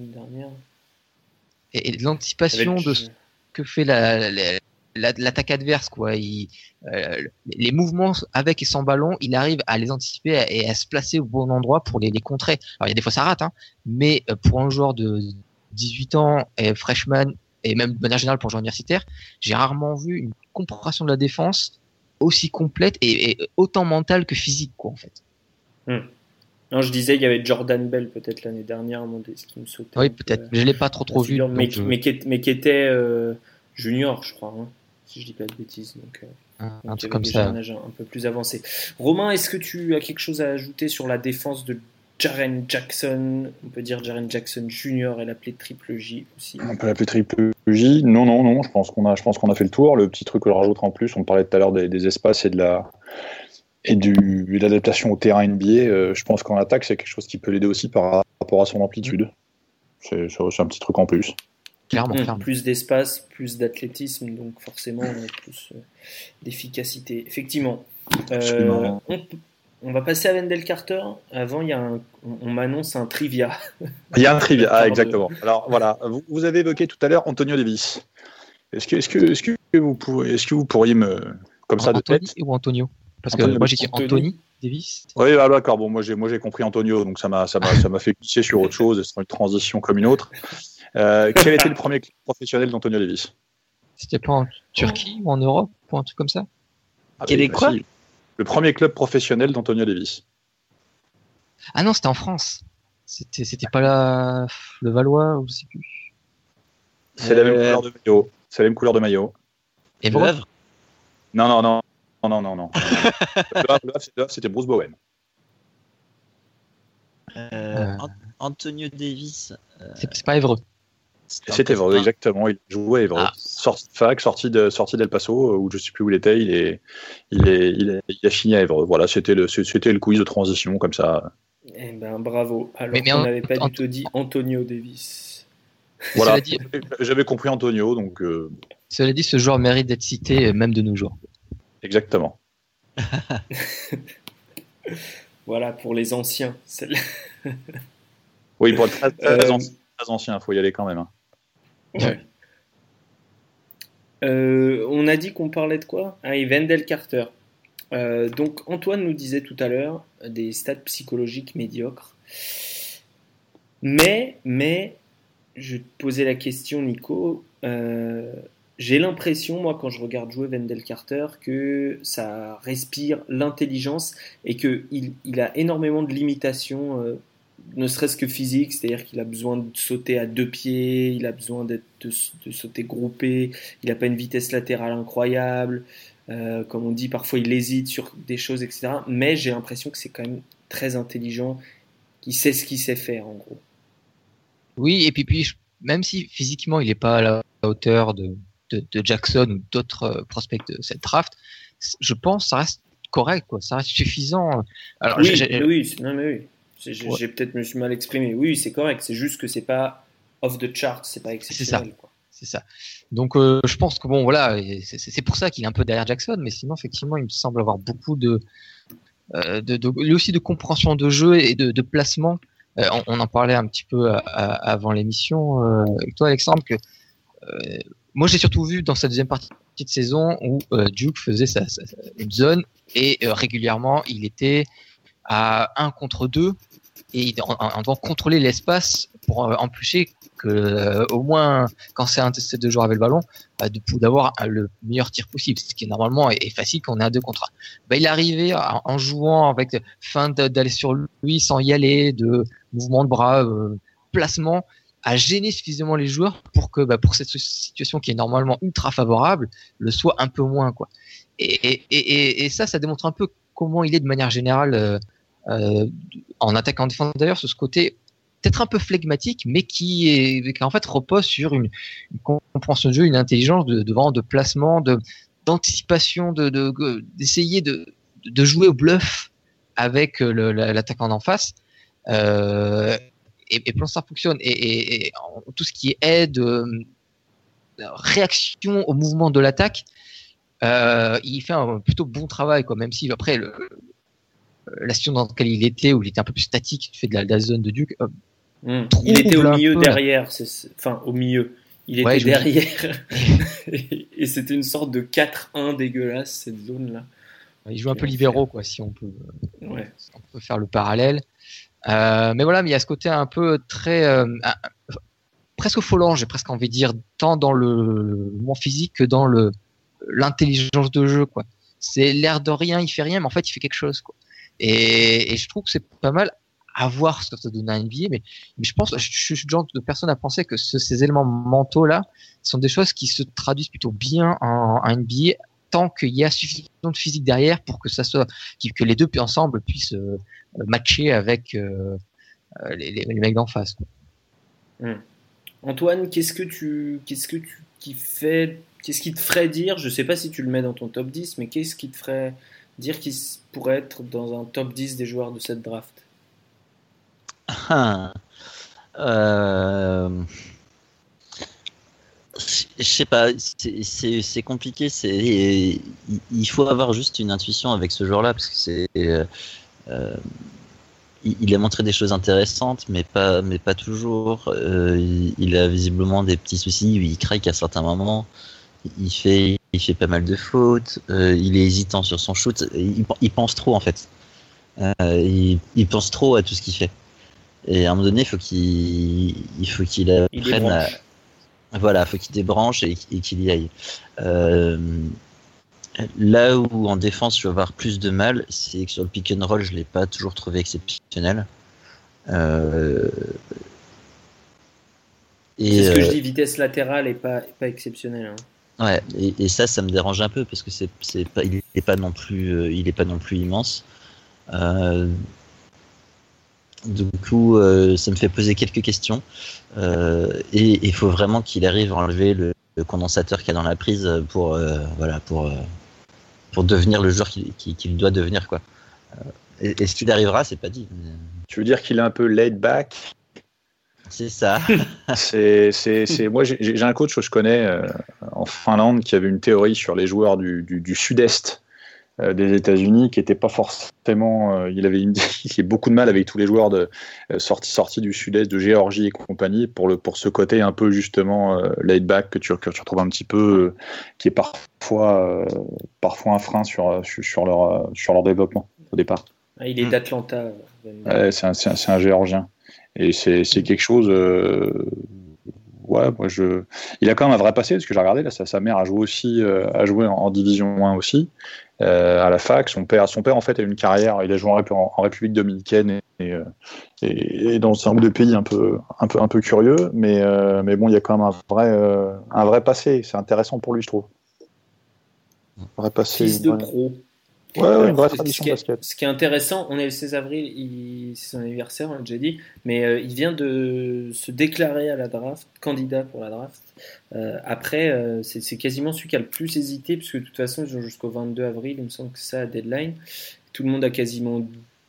Et, et de l'anticipation de ce que fait la, la, la, l'attaque adverse, quoi. Il, euh, les mouvements avec et sans ballon, il arrive à les anticiper et à se placer au bon endroit pour les, les contrer. Alors, il y a des fois ça rate, hein, mais pour un joueur de dix-huit ans et freshman, et même de manière générale pour un joueur universitaire, j'ai rarement vu une compréhension de la défense aussi complète et, et autant mentale que physique, quoi, en fait. Hum. Non, je disais, il y avait Jordan Bell peut-être l'année dernière, ce qui me sautait. Oui, peut-être. Je l'ai pas trop trop vu. Mais, donc, mais, qui, mais qui était euh, junior, je crois, hein, si je dis pas de bêtises. Donc, euh, un, donc un truc comme ça. Un âge un peu plus avancé. Romain, est-ce que tu as quelque chose à ajouter sur la défense de Jaren Jackson? On peut dire Jaren Jackson Junior et l'appeler Triple J aussi. On peut l'appeler Triple J. Non, non, non. Je pense qu'on a, je pense qu'on a fait le tour. Le petit truc que je rajouterai en plus, on parlait tout à l'heure des, des espaces et de la et du de l'adaptation au terrain N B A. Euh, je pense qu'en attaque, c'est quelque chose qui peut l'aider aussi par rapport à son amplitude. C'est, c'est un petit truc en plus. Clairement, mmh, clairement. Plus d'espace, plus d'athlétisme, donc forcément plus euh, d'efficacité. Effectivement. Euh, on, on va passer à Wendell Carter. Avant, il y a un, on, on m'annonce un trivia. Il y a un trivia, ah, exactement. Alors voilà, vous, vous avez évoqué tout à l'heure Antonio Davis. Est-ce que, est-ce que, est-ce que vous pourriez, est-ce que vous pourriez me, comme ça de Anthony tête, ou Antonio? Parce Antonio, que moi j'ai dit Anthony. Anthony Davis. Oui, ah, d'accord. Bon, moi j'ai, moi j'ai compris Antonio, donc ça m'a, ça m'a, ça m'a fait glisser sur autre chose. C'est une transition comme une autre. Euh, quel était le premier club professionnel d'Antonio Davis? C'était pas en Turquie ou en Europe ou un truc comme ça? Ah, Quel bah, est bah, quoi si. Le premier club professionnel d'Antonio Davis. Ah non, c'était en France. C'était, c'était pas la... le Valois ou je sais plus. C'est la même couleur de maillot. C'est la même couleur de maillot. Et Le Havre. Non, non, non, non, non, non, non. Le Havre, le Havre, c'était, c'était Bruce Bowen. Euh, Euh. An- Antonio Davis. euh, C'est, c'est pas Évreux. c'était C'était un- Évreux, exactement. Il jouait à Évreux. Ah. Sorti de fac, sorti de sorti d'El Paso, où je sais plus où il était. Il est, il est, il, est, il a fini à Évreux. Voilà, c'était le, c'était le quiz de transition comme ça. Eh ben bravo. Alors Mais- mais qu'on en- n'avait pas en- du tout dit Antonio Davis. Voilà. Cela dit, J'avais compris Antonio, donc euh, cela dit, ce joueur mérite d'être cité euh, même de nos jours. exactement. Voilà pour les anciens. C'est- Oui, pour être très, très, Euh, ancien, très ancien, faut y aller quand même. hein. Ouais. Euh, on a dit qu'on parlait de quoi? Ah, et Wendell Carter. Euh, donc Antoine nous disait tout à l'heure des stats psychologiques médiocres. Mais, mais, je te posais la question, Nico. Euh, j'ai l'impression, moi, quand je regarde jouer Wendell Carter, que ça respire l'intelligence et qu'il il a énormément de limitations, euh, ne serait-ce que physique, c'est-à-dire qu'il a besoin de sauter à deux pieds, il a besoin d'être, de, de sauter groupé, il n'a pas une vitesse latérale incroyable, euh, comme on dit, parfois il hésite sur des choses, et cetera. Mais j'ai l'impression que c'est quand même très intelligent, qu'il sait ce qu'il sait faire, en gros. Oui, et puis, puis je- même si physiquement il n'est pas à la hauteur de, de, de Jackson ou d'autres euh, prospects de cette draft, c- je pense que ça reste correct, quoi. Ça reste suffisant. Alors, Oui, j'ai- j'ai- oui, c'est- non, mais oui. J'ai, j'ai- Ouais. j'ai peut-être me suis mal exprimé. Oui, c'est correct. C'est juste que c'est pas off the chart, c'est pas exceptionnel. Quoi. C'est ça. Donc euh, je pense que bon voilà, c'est, c'est pour ça qu'il est un peu derrière Jackson, mais sinon effectivement il me semble avoir beaucoup de, euh, de, de lui aussi de compréhension de jeu et de, de placement. Euh, on, on en parlait un petit peu à, à, avant l'émission euh, avec toi Alexandre que euh, moi j'ai surtout vu dans cette deuxième partie de saison où euh, Duke faisait sa, sa, sa une zone et euh, régulièrement il était à un contre deux et en, en devant contrôler l'espace pour euh, empêcher que euh, au moins quand c'est un de ces deux joueurs avec le ballon bah, de, d'avoir un, le meilleur tir possible, ce qui normalement est, est facile quand on est à deux contre un. Bah, il est arrivé en, en jouant avec fin de, d'aller sur lui sans y aller, de mouvement de bras, euh, placement, à gêner suffisamment les joueurs pour que bah, pour cette situation qui est normalement ultra favorable le soit un peu moins quoi. Et, et, et, et ça, ça démontre un peu comment il est de manière générale euh, euh, en attaque en défense d'ailleurs, sur ce côté peut-être un peu flegmatique, mais qui est, qui en fait repose sur une, une compréhension de jeu, une intelligence de, de, de placement, de, d'anticipation, de, de, d'essayer de, de jouer au bluff avec le, l'attaquant d'en face. Euh, et, et plus ça fonctionne. Et, et, et tout ce qui est aide, euh, réaction au mouvement de l'attaque, euh, il fait un plutôt bon travail, quoi, même si après le, la situation dans laquelle il était, où il était un peu plus statique, il fait de la, de la zone de Duke. Euh, Mmh. Il était au milieu derrière, c'est, c'est, enfin au milieu. Il était ouais, derrière et, et c'était une sorte de quatre un dégueulasse cette zone-là. Il joue un peu libéraux quoi, si on peut, ouais. on peut faire le parallèle. Euh, mais voilà, mais il y a ce côté un peu très euh, un, presque folant, j'ai presque envie de dire, tant dans le mouvement physique que dans le l'intelligence de jeu quoi. C'est l'air de rien, il fait rien, mais en fait il fait quelque chose quoi. Et, et je trouve que c'est pas mal. À voir ce que ça donne à N B A, mais, mais je pense, je, je suis le genre de personne à penser que ce, ces éléments mentaux là sont des choses qui se traduisent plutôt bien en, en N B A tant qu'il y a suffisamment de physique derrière pour que ça soit, que les deux ensemble puissent euh, matcher avec euh, les, les, les mecs d'en face. Mmh. Antoine, qu'est-ce que tu, qu'est-ce que tu, qui fait, qu'est-ce qui te ferait dire, je sais pas si tu le mets dans ton top dix, mais qu'est-ce qui te ferait dire qu'il pourrait être dans un top dix des joueurs de cette draft? Ah, euh, je sais pas, c'est, c'est, c'est compliqué. C'est, il faut avoir juste une intuition avec ce joueur-là parce que c'est, euh, il a montré des choses intéressantes, mais pas, mais pas toujours. Euh, il, il a visiblement des petits soucis. Il craque à certains moments. Il fait, il fait pas mal de fautes. Euh, il est hésitant sur son shoot. Il, il pense trop en fait. Euh, il, il pense trop à tout ce qu'il fait. Et à un moment donné, il faut qu'il, il faut qu'il apprenne à, voilà, faut qu'il débranche et, et qu'il y aille. Euh, là où en défense, je vais avoir plus de mal, c'est que sur le pick and roll, je l'ai pas toujours trouvé exceptionnel. Euh, et c'est ce que euh, je dis, vitesse latérale et pas, pas exceptionnelle. Hein. Ouais, et, et ça, ça me dérange un peu parce que c'est, c'est pas, il est pas non plus, euh, il est pas non plus immense. Euh, Du coup, euh, ça me fait poser quelques questions. Euh, et il faut vraiment qu'il arrive à enlever le, le condensateur qu'il y a dans la prise pour, euh, voilà, pour, euh, pour devenir le joueur qu'il, qu'il doit devenir, quoi. Et, et ce qu'il arrivera, c'est pas dit. Tu veux dire qu'il est un peu laid back? C'est ça. c'est, c'est, c'est... Moi, j'ai, j'ai un coach que je connais euh, en Finlande qui avait une théorie sur les joueurs du, du, du sud-est des États-Unis qui n'était pas forcément. Euh, il avait une, il avait beaucoup de mal avec tous les joueurs de euh, sortis sortis du Sud-Est, de Géorgie et compagnie, pour le pour ce côté un peu justement euh, laid back que tu que tu retrouves un petit peu, euh, qui est parfois euh, parfois un frein sur sur leur sur leur développement au départ. Ah, il est d'Atlanta. Ouais, c'est un c'est un, c'est un Géorgien et c'est c'est quelque chose. Euh, Ouais, moi je. Il a quand même un vrai passé parce que j'ai regardé là, sa, sa mère a joué aussi, euh, a joué en, en division un aussi euh, à la fac. Son père, son père en fait a eu une carrière. Il a joué en, en, en République dominicaine et, et, et, et dans un groupe de pays un peu, un peu, un peu curieux, mais euh, mais bon, il y a quand même un vrai, euh, un vrai passé. C'est intéressant pour lui, je trouve. Un vrai passé. Fils de pro. Ouais, ouais, une vraie tradition ce, qui est, basket. Ce qui est intéressant, on est le seize avril, il, c'est son anniversaire, on l'a déjà dit, mais euh, il vient de se déclarer à la draft, candidat pour la draft. Euh, après, euh, c'est, c'est quasiment celui qui a le plus hésité, puisque de toute façon, ils ont jusqu'au vingt-deux avril, il me semble que c'est ça la deadline. Tout le monde a quasiment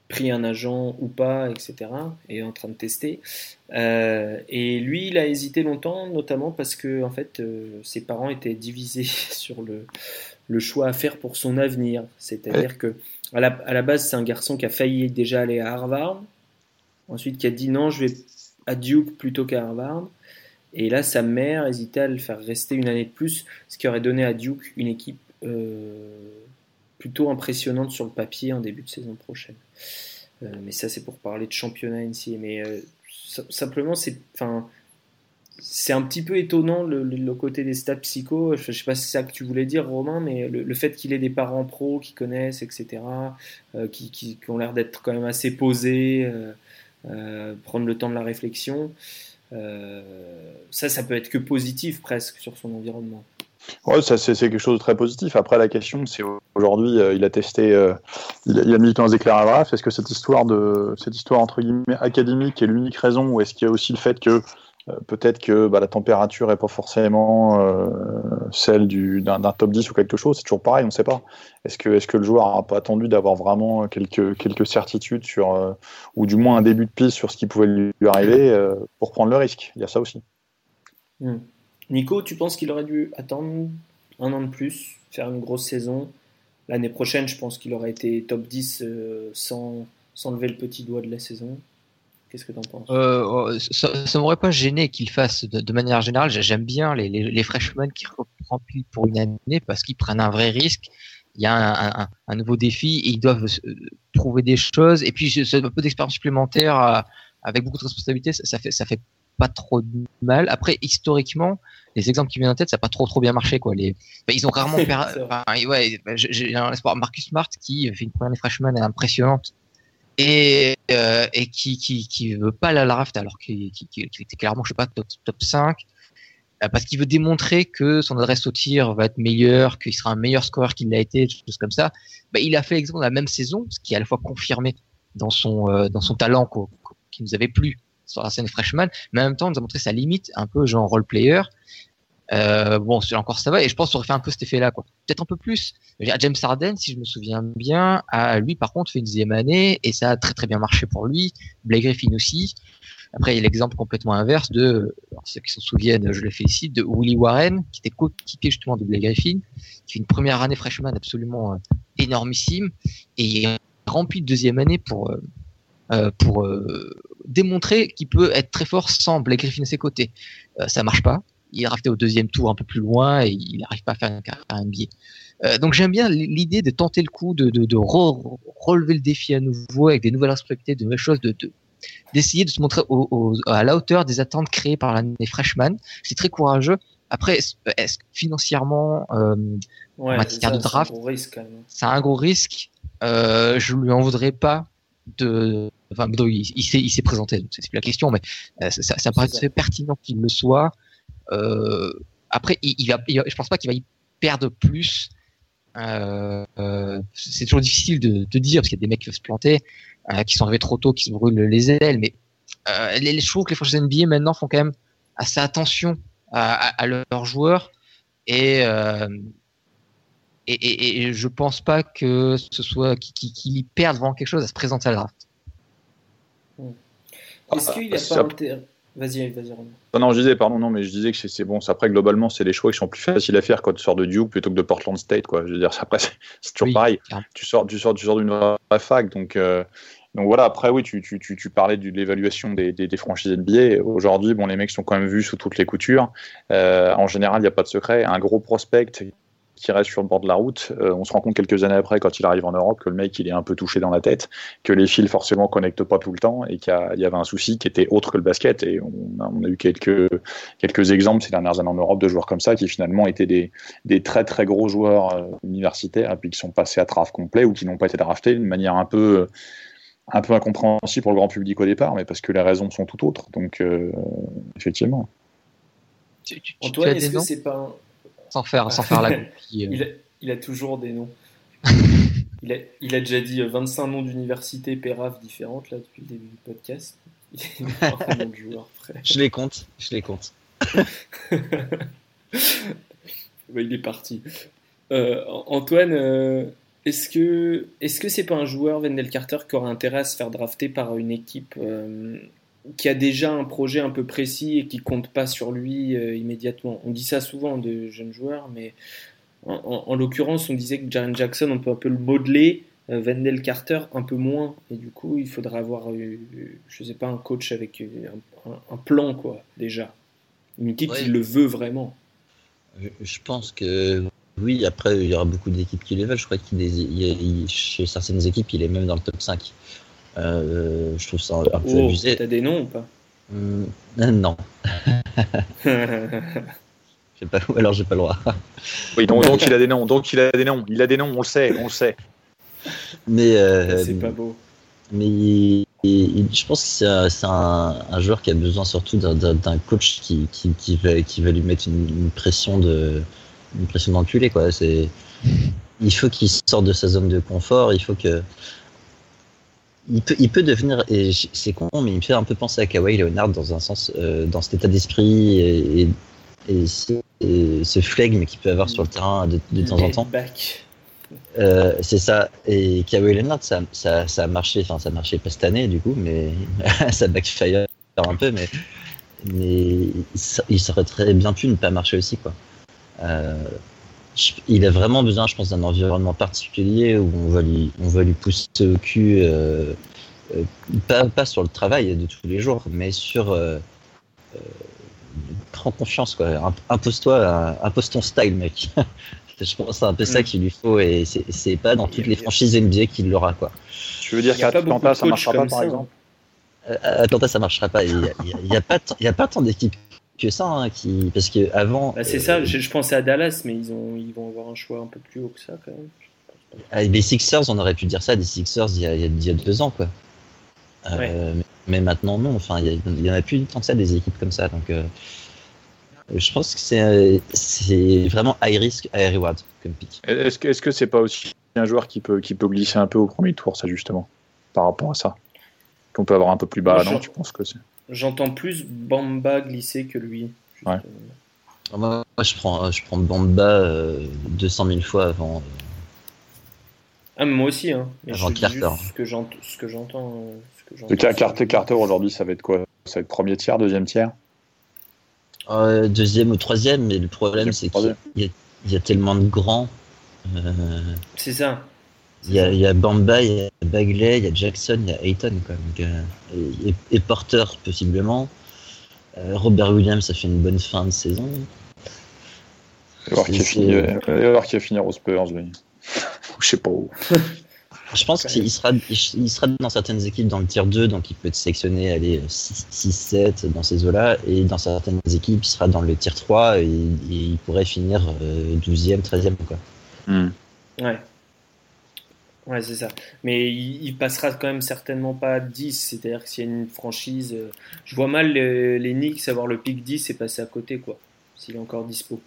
pris un agent ou pas, et cetera, et est en train de tester. Euh, et lui, il a hésité longtemps, notamment parce que en fait, euh, ses parents étaient divisés sur le, le choix à faire pour son avenir. C'est-à-dire que à la, à la base, c'est un garçon qui a failli déjà aller à Harvard, ensuite qui a dit non, je vais à Duke plutôt qu'à Harvard. Et là, sa mère hésitait à le faire rester une année de plus, ce qui aurait donné à Duke une équipe euh, plutôt impressionnante sur le papier en début de saison prochaine. Euh, mais ça, c'est pour parler de championnat N C A A. Mais euh, simplement, c'est, enfin, c'est un petit peu étonnant le, le, le côté des stats psycho. Je ne sais pas si c'est ça que tu voulais dire, Romain, mais le, le fait qu'il ait des parents pros qui connaissent, et cetera, euh, qui, qui, qui ont l'air d'être quand même assez posés, euh, euh, prendre le temps de la réflexion. Euh, ça, ça peut être que positif presque sur son environnement. Ouais, ça c'est, c'est quelque chose de très positif. Après, la question, c'est aujourd'hui, euh, il a testé, euh, il, a, il a milité dans éclairs à draft. Est-ce que cette histoire de cette histoire entre guillemets académique est l'unique raison, ou est-ce qu'il y a aussi le fait que euh, peut-être que bah, la température est pas forcément euh, celle du, d'un, d'un top dix ou quelque chose? C'est toujours pareil, on ne sait pas. Est-ce que est-ce que le joueur n'a pas attendu d'avoir vraiment quelques quelques certitudes sur, euh, ou du moins un début de piste sur ce qui pouvait lui arriver euh, pour prendre le risque? Il y a ça aussi. Mmh. Nico, tu penses qu'il aurait dû attendre un an de plus, faire une grosse saison? L'année prochaine, je pense qu'il aurait été top dix euh, sans, sans lever le petit doigt de la saison. Qu'est-ce que tu en penses? euh, Ça ne m'aurait pas gêné qu'il fasse de, de manière générale. J'aime bien les, les, les freshmen qui remplissent pour une année parce qu'ils prennent un vrai risque. Il y a un, un, un nouveau défi et ils doivent euh, trouver des choses. Et puis, c'est un peu d'expérience supplémentaire euh, avec beaucoup de responsabilités. Ça, ça fait, ça fait pas trop de mal. Après, historiquement, les exemples qui viennent en tête, ça n'a pas trop trop bien marché, quoi. Les, ben, ils ont rarement perdu. Enfin, ouais, ben, j'ai un espoir. Marcus Smart qui fait une première année freshman impressionnante et euh, et qui qui qui veut pas la draft alors qu'il, qu'il, qu'il était clairement, je sais pas, top top cinq euh, parce qu'il veut démontrer que son adresse au tir va être meilleure, qu'il sera un meilleur scoreur qu'il l'a été, des choses comme ça. Ben, il a fait exactement la même saison, ce qui est à la fois confirmé dans son euh, dans son talent, quoi, qui nous avait plu sur la scène freshman, mais en même temps, on nous a montré sa limite, un peu genre role player. Euh, bon, encore ça va, et je pense qu'on aurait fait un peu cet effet-là, quoi. Peut-être un peu plus. James Harden, si je me souviens bien, a lui par contre fait une deuxième année et ça a très très bien marché pour lui. Blake Griffin aussi. Après, il y a l'exemple complètement inverse de, alors, ceux qui s'en souviennent, je le félicite, de Willie Warren, qui était coéquipier justement de Blake Griffin, qui fait une première année freshman absolument euh, énormissime et il remplit de deuxième année pour euh, euh, pour euh, démontrer qu'il peut être très fort sans Blake Griffin à ses côtés. Euh, ça marche pas. Il est drafté au deuxième tour un peu plus loin et il n'arrive pas à faire une carrière N B A. Euh, donc j'aime bien l'idée de tenter le coup, de, de, de re- relever le défi à nouveau avec des nouvelles responsabilités, de nouvelles choses, de, de, d'essayer de se montrer au, au, à la hauteur des attentes créées par l'année freshman. C'est très courageux. Après, est-ce, est-ce que financièrement, euh, ouais, en matière ça, de draft, c'est un gros risque, quand même. C'est un gros risque. Euh, je lui en voudrais pas de. Enfin, il, il, s'est, il s'est présenté, donc c'est plus la question, mais euh, ça, ça, ça me paraît très pertinent qu'il le soit. Euh, après, il, il va, il, je pense pas qu'il va y perdre plus. Euh, euh, c'est toujours difficile de, de dire parce qu'il y a des mecs qui peuvent se planter, euh, qui sont arrivés trop tôt, qui se brûlent les ailes. Mais euh, les, je trouve que les franchises N B A maintenant font quand même assez attention à, à, à leurs joueurs et, euh, et, et, et je pense pas que ce soit qu'ils, qu'ils y perdent vraiment quelque chose à se présenter à la draft. Est-ce qu'il n'y a pas intérêt? Vas-y, vas-y, Romain. Non, non, je disais, pardon, non, mais je disais que c'est, c'est bon. C'est après, globalement, c'est les choix qui sont plus faciles à faire quand tu sors de Duke plutôt que de Portland State, quoi. Je veux dire, après, c'est, c'est toujours oui, pareil. Tu sors, tu sors, tu sors d'une vraie fac, donc, euh, donc voilà. Après, oui, tu, tu, tu, tu parlais de l'évaluation des, des, des franchises N B A. Aujourd'hui, bon, les mecs sont quand même vus sous toutes les coutures. Euh, en général, il n'y a pas de secret. Un gros prospect qui reste sur le bord de la route, euh, on se rend compte quelques années après, quand il arrive en Europe, que le mec il est un peu touché dans la tête, que les fils forcément connectent pas tout le temps et qu'il y, a, il y avait un souci qui était autre que le basket. Et on a, on a eu quelques, quelques exemples ces dernières années en Europe de joueurs comme ça qui finalement étaient des, des très très gros joueurs euh, universitaires et puis qui sont passés à draft complet ou qui n'ont pas été draftés d'une manière un peu, un peu incompréhensible pour le grand public au départ, mais parce que les raisons sont tout autres. Donc euh, effectivement. Tu, tu, Antoine, est-ce que noms c'est pas un... Sans faire, sans faire la copie. Euh... il, a, il a toujours des noms. il, a, il a déjà dit vingt-cinq noms d'universités P R A F différentes là, depuis le début du podcast. Il est un nom de joueur, frère. Je les compte, je les compte. bah, il est parti. Euh, Antoine, euh, Est-ce que est-ce que c'est pas un joueur, Wendell Carter, qui aura intérêt à se faire drafter par une équipe euh, qui a déjà un projet un peu précis et qui compte pas sur lui euh, immédiatement? On dit ça souvent de jeunes joueurs, mais en, en- en l'occurrence, on disait que Jaren Jackson, on peut un peu le modeler, euh, Wendell Carter un peu moins, et du coup, il faudra avoir, euh, je sais pas, un coach avec euh, un, un- un plan, quoi, déjà. Une équipe Ouais. qui le veut vraiment. Je, je pense que oui, après, il y aura beaucoup d'équipes qui les veulent. Je crois qu'il est, il est- il- chez certaines équipes, il est même dans le top cinq. Euh, je trouve ça un, un peu Oh, abusé. t'as des noms ou pas? Hum, euh, non, j'ai pas, alors j'ai pas le droit. Oui, donc, donc il a des noms, donc il a des noms, il a des noms, on le sait, on le sait. Mais, euh, C'est pas beau. mais il- il- je pense que c'est un, c'est un, un joueur qui a besoin surtout d'un, d'un- d'un coach qui, qui, qui, va, qui va lui mettre une, une pression de, une pression d'enculé, quoi. C'est, il faut qu'il sorte de sa zone de confort. Il faut que, il peut, il peut devenir, et j- c'est con, mais il me fait un peu penser à Kawhi Leonard dans un sens, euh, dans cet état d'esprit et, et, et ce, et ce flegme qu'il peut avoir sur le terrain de, de temps en temps. Back. Euh, c'est ça. Et Kawhi Leonard, ça, ça, ça a marché. Enfin, ça a marché pas cette année, du coup, mais ça backfire un peu. Mais, mais ça- il serait très bien pu ne pas marcher aussi, quoi. Euh, je- il a vraiment besoin, je pense, d'un environnement particulier où on va lui, on va lui pousser au cul, euh, euh, pas, pas sur le travail de tous les jours, mais sur euh, euh, prends confiance, quoi. Imp- Impose-toi, euh, impose ton style, mec. Je pense que c'est un peu ça Mm. qu'il lui faut et c'est, c'est pas dans toutes les franchises N B A qu'il l'aura, quoi. Tu veux dire Il y a qu'à pas beaucoup Atlanta, de ça coachs marchera pas, comme par ça, exemple? Euh, à Atlanta, ça marchera pas. Il y a, il y a- il y a pas, tant- il y a pas tant d'équipes que ça, hein, qui, parce que avant. Bah, c'est euh, ça, je, je pensais à Dallas, mais ils, ont, ils vont avoir un choix un peu plus haut que ça quand même. Avec les Sixers, on aurait pu dire ça des Sixers il y a, il y a, il y a deux ans, quoi. Euh, Ouais. mais, mais maintenant, non. Enfin, il y, a- il y en a plus tant que ça des équipes comme ça. Donc, euh, je pense que c'est, euh, c'est vraiment high risk, high reward comme pick. Est-ce que est-ce que c'est pas aussi un joueur qui peut, qui peut glisser un peu au premier tour, ça, justement, par rapport à ça? Qu'on peut avoir un peu plus bas, Moi, non? je- Tu penses que c'est. J'entends plus Bamba glisser que lui. Ouais. justement. Moi, moi, je prends, je prends Bamba euh, deux cent mille fois avant. euh, Ah, mais moi aussi, hein. Mais Avant je dis Carter. juste ce que j'ent- ce que j'entends. euh, ce que j'entends Le cas sur- Carter, Carter aujourd'hui, ça va être quoi? Ça va être premier tiers, deuxième tiers? Euh, deuxième ou troisième, mais le problème Deuxième, c'est qu'il troisième. y a, il y a tellement de grands. Euh, C'est ça. il, y a, il y a Bamba, il y a Bagley, il y a Jackson, il y a Ayton, quoi. Donc, euh, et, et Porter possiblement. Euh, Robert Williams, ça fait une bonne fin de saison. Il va voir qui a C'est- fini, euh, il va voir qui a fini aux Spurs, lui. Je sais pas où. Je pense qu'il sera, il sera dans certaines équipes dans le tier deux, donc il peut être sélectionné, aller six sept dans ces eaux-là, et dans certaines équipes, il sera dans le tier trois et, et il pourrait finir euh, douzième, treizième, quoi. Hmm. Ouais. Ouais, c'est ça. Mais il, il passera quand même certainement pas dix. C'est-à-dire que s'il y a une franchise. euh, je vois mal les, les Knicks avoir le pick dix et passer à côté, quoi. S'il est encore dispo.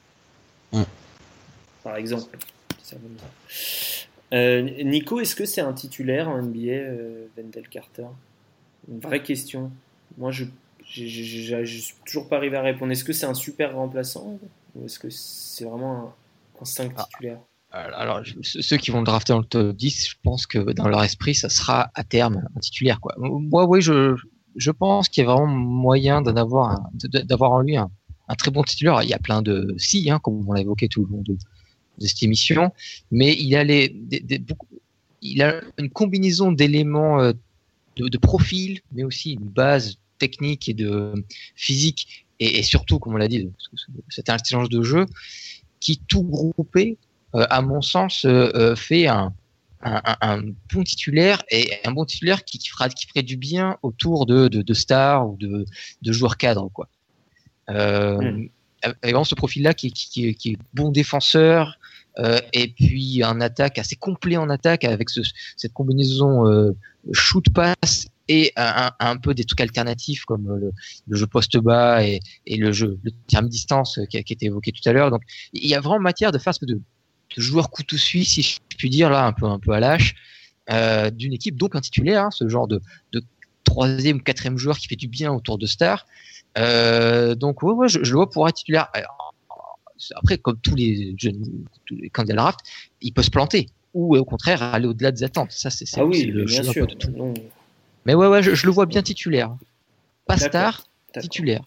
Mm. Par exemple. Ça veut dire. Euh, Nico, est-ce que c'est un titulaire en N B A, euh, Wendell Carter? Une vraie question. Moi, je j'ai- j'ai- j'ai- je suis toujours pas arrivé à répondre. Est-ce que c'est un super remplaçant ou est-ce que c'est vraiment un, un cinq Ah. titulaire? Alors, je- ceux ceux qui vont le drafter dans le top dix, je pense que dans leur esprit, ça sera à terme un titulaire, quoi. Moi, oui, je, je pense qu'il y a vraiment moyen d'en avoir, un- de- d'avoir en lui un, un très bon titulaire. Il y a plein de si, hein, comme on l'a évoqué tout le long de, de cette émission, mais il a les, des, des- beaucoup, il a une combinaison d'éléments euh, de, de profil, mais aussi une base technique et de physique, et, et surtout, comme on l'a dit, de- cette intelligence de jeu qui tout groupé, euh, à mon sens, euh, euh, fait un, un, un, un bon titulaire et un bon titulaire qui, qui fera qui ferait du bien autour de, de, de stars ou de, de joueurs cadres, quoi. Euh, Mm. Avec vraiment ce profil-là qui, qui, qui, est- qui est bon défenseur euh, et puis un attaque assez complet en attaque avec ce, cette combinaison euh, shoot-pass et un, un, un peu des trucs alternatifs comme le, le jeu poste bas et, et le jeu le tir mi-distance qui a, qui a été évoqué tout à l'heure. Donc il y a vraiment matière de faire ce de, de joueur couteau suisse, si je puis dire, là un peu un peu à lâche, euh, d'une équipe, donc un titulaire, hein, ce genre de, de troisième ou quatrième joueur qui fait du bien autour de stars. Euh, donc ouais, ouais, je, je le vois pour être titulaire. Alors, après, comme tous les jeunes, tous les candidats à la draft, il peut se planter. ou au contraire aller au-delà des attentes. Ça, c'est, c'est, ah oui, c'est le bien choix sûr. de tout. Non. Mais ouais, ouais, je, je le vois bien titulaire. Pas D'accord, star, d'accord. titulaire.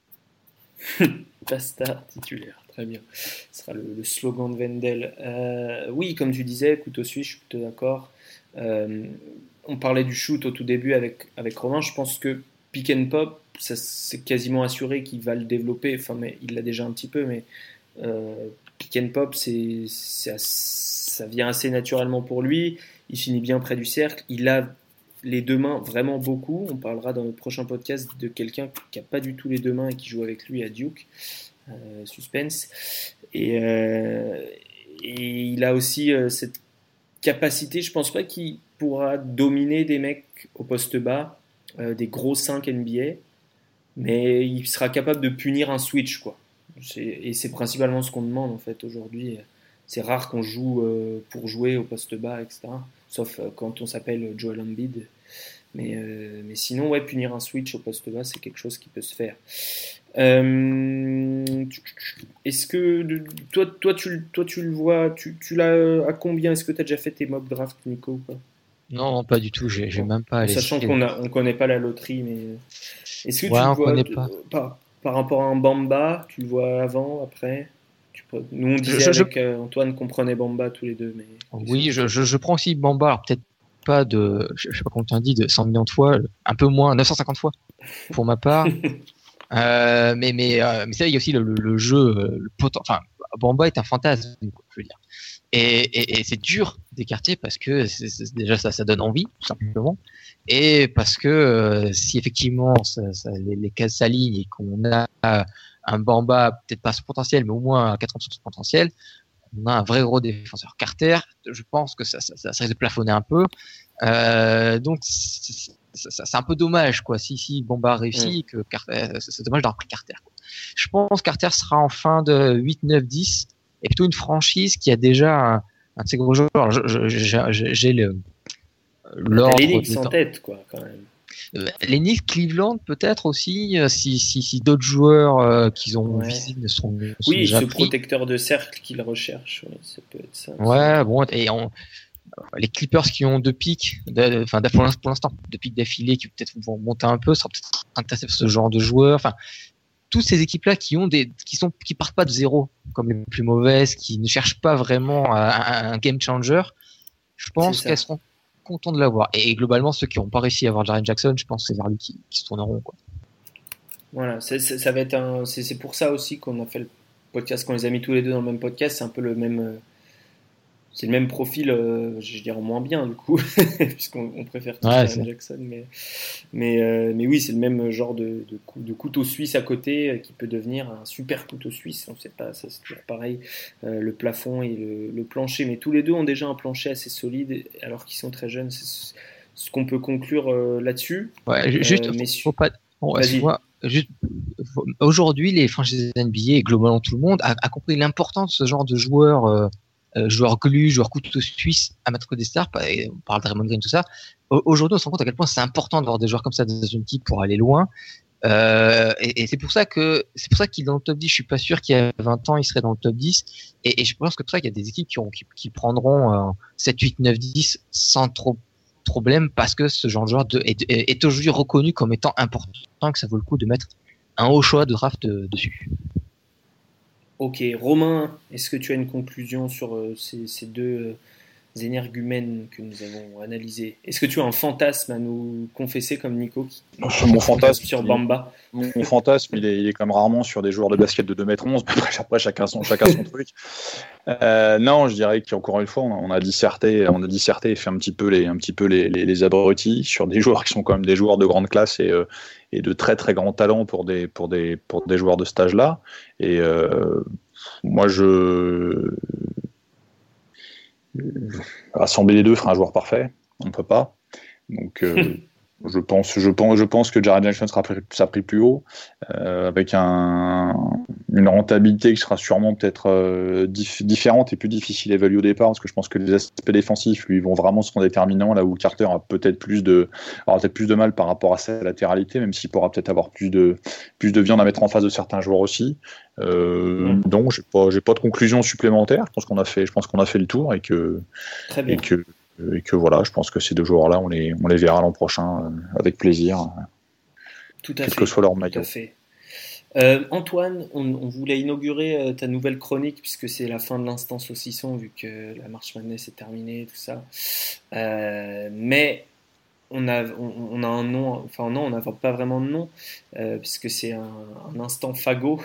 Pas star, titulaire. Très bien. Ce sera le, le slogan de Wendell. Euh, oui, comme tu disais, couteau suisse, je suis plutôt d'accord. Euh, on parlait du shoot au tout début avec, avec Romain. Je pense que pick and pop, ça, c'est quasiment assuré qu'il va le développer. Enfin, mais il l'a déjà un petit peu, mais euh, pick and pop, c'est, c'est, ça vient assez naturellement pour lui. Il finit bien près du cercle. Il a les deux mains vraiment beaucoup. On parlera dans notre prochain podcast de quelqu'un qui n'a pas du tout les deux mains et qui joue avec lui à Duke. Euh, suspense. Et, euh, et il a aussi euh, cette capacité, je pense pas qu'il pourra dominer des mecs au poste bas, euh, des gros cinq N B A, mais il sera capable de punir un switch, quoi. C'est, et c'est principalement ce qu'on demande en fait aujourd'hui. C'est rare qu'on joue euh, pour jouer au poste bas, et cetera. Sauf euh, quand on s'appelle Joel Embiid. Mais, euh, mais sinon, ouais, punir un switch au poste bas, c'est quelque chose qui peut se faire. Euh, est-ce que toi, toi, tu, toi, tu le vois, tu, tu l'as à combien? Est-ce que tu as déjà fait tes mock drafts, Nico, ou pas? Non, non, pas du tout. J'ai, j'ai même pas. Sachant qu'on a, on connaît pas la loterie, mais est-ce que ouais, tu le on vois connaît pas. Par, par rapport à un Bamba, tu le vois avant, après? Tu peux, nous, on disait je, avec je... euh, Antoine qu'on prenait Bamba tous les deux, mais oui, je, je, je prends aussi Bamba. Alors peut-être pas de, je sais pas combien tu as dit, de cent millions de fois, un peu moins, neuf cent cinquante fois pour ma part. euh, mais mais euh, mais ça, il y a aussi le, le, le jeu, le potent. Enfin, Bamba est un fantasme, je veux dire. Et, et, et c'est dur d'écarter parce que c'est, c'est, déjà ça, ça donne envie, tout simplement. Et parce que euh, si effectivement ça, ça, les, les cases s'alignent et qu'on a un Bamba, peut-être pas son potentiel, mais au moins à quatre-vingts pour cent de son potentiel, on a un vrai gros défenseur. Carter, je pense que ça, ça, ça, ça risque de plafonner un peu. Euh, donc c'est, c'est, c'est un peu dommage, quoi. Si si Bamba réussit, mmh. que Carter, c'est dommage d'avoir pris Carter, quoi. Je pense que Carter sera en fin de huit, neuf, dix, et plutôt une franchise qui a déjà un, un de ces gros joueurs. Alors, je, je, je, je, j'ai le l'ordre. Les Knicks en tête, quoi, quand même. Les Knicks, Cleveland peut-être aussi, si, si, si d'autres joueurs euh, qu'ils ont ouais. visés ne sont, ne sont oui, déjà ce pris. Protecteur de cercle qu'ils recherchent, ouais, ça peut être ça. Ouais, bon, et on, les Clippers qui ont deux pics, enfin pour l'instant, deux pics d'affilée qui peut-être vont monter un peu, ça sera peut-être intéressé pour ce genre de joueurs. Enfin, toutes ces équipes-là qui ont des, qui sont, qui partent pas de zéro comme les plus mauvaises, qui ne cherchent pas vraiment un, un game changer, je pense qu'elles seront contents de l'avoir. Et globalement, ceux qui n'ont pas réussi à avoir Jaren Jackson, je pense que c'est vers lui qui, qui se tourneront, quoi. Voilà, c'est, c'est, ça va être un, c'est, c'est pour ça aussi qu'on a fait le podcast, qu'on les a mis tous les deux dans le même podcast. C'est un peu le même, euh, c'est le même profil, euh, je dirais moins bien du coup, puisqu'on on préfère tout ouais, Jaren Jackson, mais mais euh, mais oui, c'est le même genre de de, coup, de couteau suisse à côté euh, qui peut devenir un super couteau suisse. On ne sait pas, ça c'est toujours pareil, euh, le plafond et le, le plancher. Mais tous les deux ont déjà un plancher assez solide, alors qu'ils sont très jeunes. C'est ce qu'on peut conclure euh, là-dessus. Ouais, juste, euh, mais faut pas. Bon, moi, juste, aujourd'hui, les franchises N B A et globalement tout le monde a, a compris l'importance de ce genre de joueurs. Euh, Euh, joueurs glus, joueurs couteau suisse, à mettre des stars, on parle de Raymond Green, tout ça. Aujourd'hui, on se rend compte à quel point c'est important d'avoir des joueurs comme ça dans une équipe pour aller loin. Euh, et, et c'est pour ça que c'est pour ça qu'il est dans le top dix. Je suis pas sûr qu'il y a vingt ans, il serait dans le top dix. Et, et je pense que pour ça qu'il y a des équipes qui, ont, qui, qui prendront euh, sept, huit, neuf, dix sans trop problème parce que ce genre de joueur de, est, est, est aujourd'hui reconnu comme étant important, que ça vaut le coup de mettre un haut choix de draft de, dessus. Ok, Romain, est-ce que tu as une conclusion sur euh, ces, ces deux euh, énergumènes que nous avons analysés? Est-ce que tu as un fantasme à nous confesser comme Nico qui mon fantasme sur Bamba? Mon, mon fantasme, il est, il est quand même rarement sur des joueurs de basket de deux mètres onze, mais après, après chacun son, chacun son truc. Euh, non, je dirais qu'encore une fois, on a disserté, on a disserté et fait un petit peu les, un petit peu les, les, les abrutis sur des joueurs qui sont quand même des joueurs de grande classe et, euh, et de très très grand talent pour des, pour des, pour des joueurs de ce âge-là. Et euh, moi, je rassembler les deux ferait un joueur parfait. On ne peut pas. Donc, euh, Je pense, je pense, je pense que Jaren Jackson sera pris, sera pris plus haut, euh, avec un, une rentabilité qui sera sûrement peut-être euh, dif, différente et plus difficile à évaluer au départ, parce que je pense que les aspects défensifs lui vont vraiment seront déterminants, là où Carter a peut-être plus de, aura peut-être plus de mal par rapport à sa latéralité, même s'il pourra peut-être avoir plus de, plus de viande à mettre en face de certains joueurs aussi. Euh, mmh. Donc, j'ai pas, j'ai pas de conclusion supplémentaire. Je pense qu'on a fait, je pense qu'on a fait le tour et que, Très bien. et que Et que voilà, je pense que ces deux joueurs-là, on les, on les verra l'an prochain euh, avec plaisir, tout à quel fait, que soit leur tout maillot. à fait. Euh, Antoine, on, on voulait inaugurer euh, ta nouvelle chronique puisque c'est la fin de l'instant saucisson vu que la March Madness est terminée, tout ça. Euh, mais on a, on, on a un nom, enfin non, on n'a pas vraiment de nom euh, puisque c'est un, un instant fagot.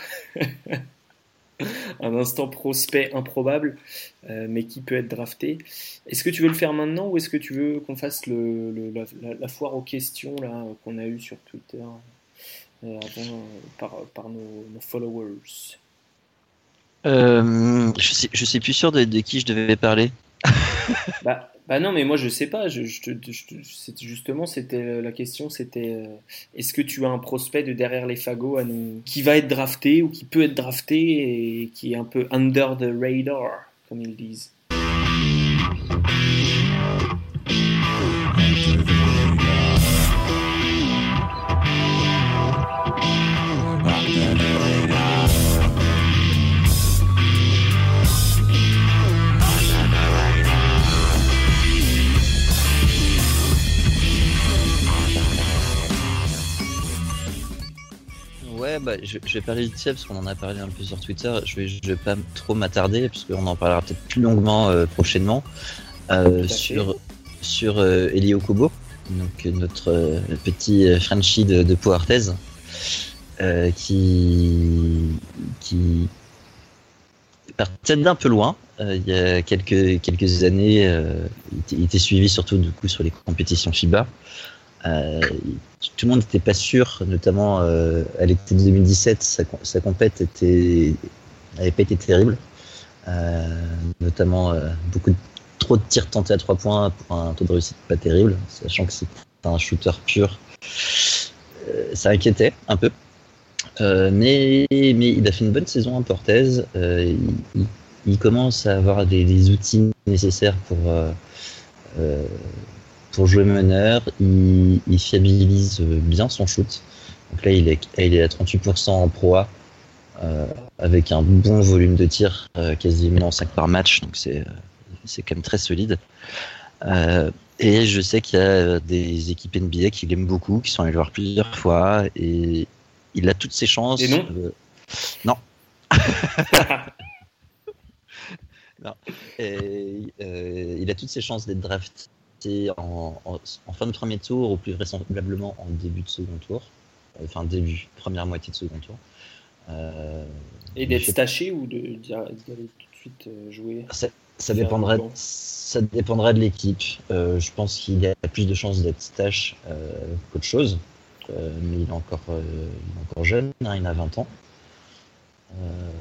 Un instant prospect improbable, euh, mais qui peut être drafté. Est-ce que tu veux le faire maintenant ou est-ce que tu veux qu'on fasse le, le, la, la, la foire aux questions là, qu'on a eue sur Twitter euh, avant, euh, par, par nos, nos followers euh, je, sais, je sais plus sûr de, de qui je devais parler. bah, bah non, mais moi je sais pas. Je, je, je, je, c'était justement, c'était la question, c'était euh, est-ce que tu as un prospect de derrière les fagots à nous, qui va être drafté ou qui peut être drafté et qui est un peu under the radar, comme ils disent. Ouais, bah, je, je vais parler vite fait parce qu'on en a parlé un peu sur Twitter. Je vais, je vais pas trop m'attarder parce qu'on en parlera peut-être plus longuement euh, prochainement euh, sur sur euh, Eli Okobo, donc notre euh, petit Frenchie de, de Pau Arthez, euh, qui qui partait d'un peu loin. Euh, il y a quelques quelques années, euh, il, était, il était suivi surtout du coup sur les compétitions FIBA. Euh, tout le monde n'était pas sûr, notamment euh, à l'été deux mille dix-sept, sa, sa compète était, n'avait pas été terrible, euh, notamment euh, beaucoup de, trop de tirs tentés à trois points pour un taux de réussite pas terrible, sachant que c'est un shooter pur, euh, ça inquiétait un peu, euh, mais, mais il a fait une bonne saison à Portez, euh, il, il, il commence à avoir des, des outils nécessaires pour euh, euh, pour jouer meneur, il, il fiabilise bien son shoot. Donc là, il est, il est à trente-huit pour cent en Pro A, euh, avec un bon volume de tir, euh, quasiment cinq par match. Donc c'est, c'est quand même très solide. Euh, et je sais qu'il y a des équipes N B A qui l'aiment beaucoup, qui sont allées le voir plusieurs fois. Et il a toutes ses chances. Et non euh, Non. non. Et, euh, il a toutes ses chances d'être drafté En, en, en fin de premier tour ou plus vraisemblablement en début de second tour, enfin début, première moitié de second tour. Euh, Et d'être staché ou de, d'aller tout de suite jouer ça, ça, dépendrait, ça dépendrait de l'équipe. Euh, je pense qu'il y a plus de chances d'être stash euh, qu'autre chose, euh, mais il est encore, euh, il est encore jeune, hein, il a vingt ans. Euh,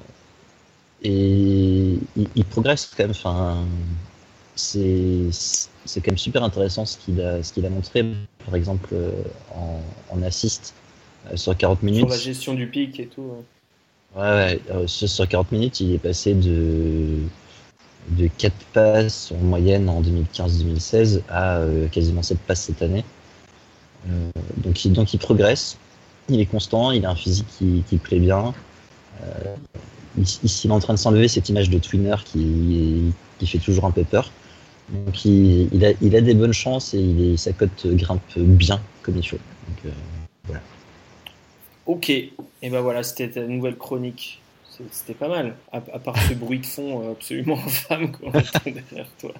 et il, il progresse quand même. Enfin, c'est, c'est quand même super intéressant ce qu'il a, ce qu'il a montré, par exemple euh, en, en assist euh, sur quarante minutes. Sur la gestion du pic et tout. Ouais, ouais, ouais euh, sur quarante minutes, il est passé de, de quatre passes en moyenne en deux mille quinze deux mille seize à euh, quasiment sept passes cette année. Euh, donc, il, donc il progresse, il est constant, il a un physique qui, qui plaît bien. Euh, ici, il est en train de s'enlever cette image de twinner qui, qui fait toujours un peu peur. Donc il, il, a, il a des bonnes chances et il est, sa cote grimpe bien comme il faut. Donc, euh, voilà. Ok, et ben voilà, c'était ta nouvelle chronique. C'était pas mal, à, à part ce bruit de fond absolument infâme qu'on entend derrière toi.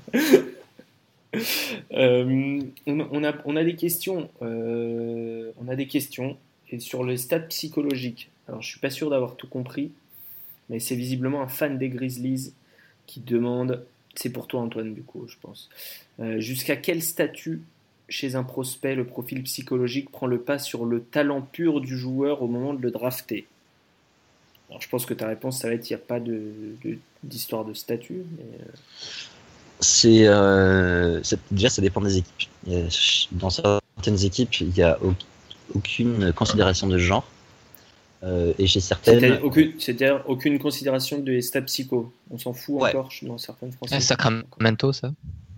euh, on, on, a, on a des questions, euh, on a des questions et sur les stats psychologiques. Alors je suis pas sûr d'avoir tout compris, mais c'est visiblement un fan des Grizzlies qui demande. C'est pour toi Antoine du coup je pense. Euh, jusqu'à quel statut chez un prospect le profil psychologique prend le pas sur le talent pur du joueur au moment de le drafter? Alors je pense que ta réponse ça va être il n'y a pas de, de, d'histoire de statut. Mais... C'est, euh, c'est déjà ça dépend des équipes. Dans certaines certaines équipes, il n'y a au- aucune considération de genre. Euh, et chez certaines. C'est-à-dire aucune, c'est-à-dire aucune considération de stats psycho. On s'en fout Ouais. encore dans certaines françaises. Ah, Sacramento, ça.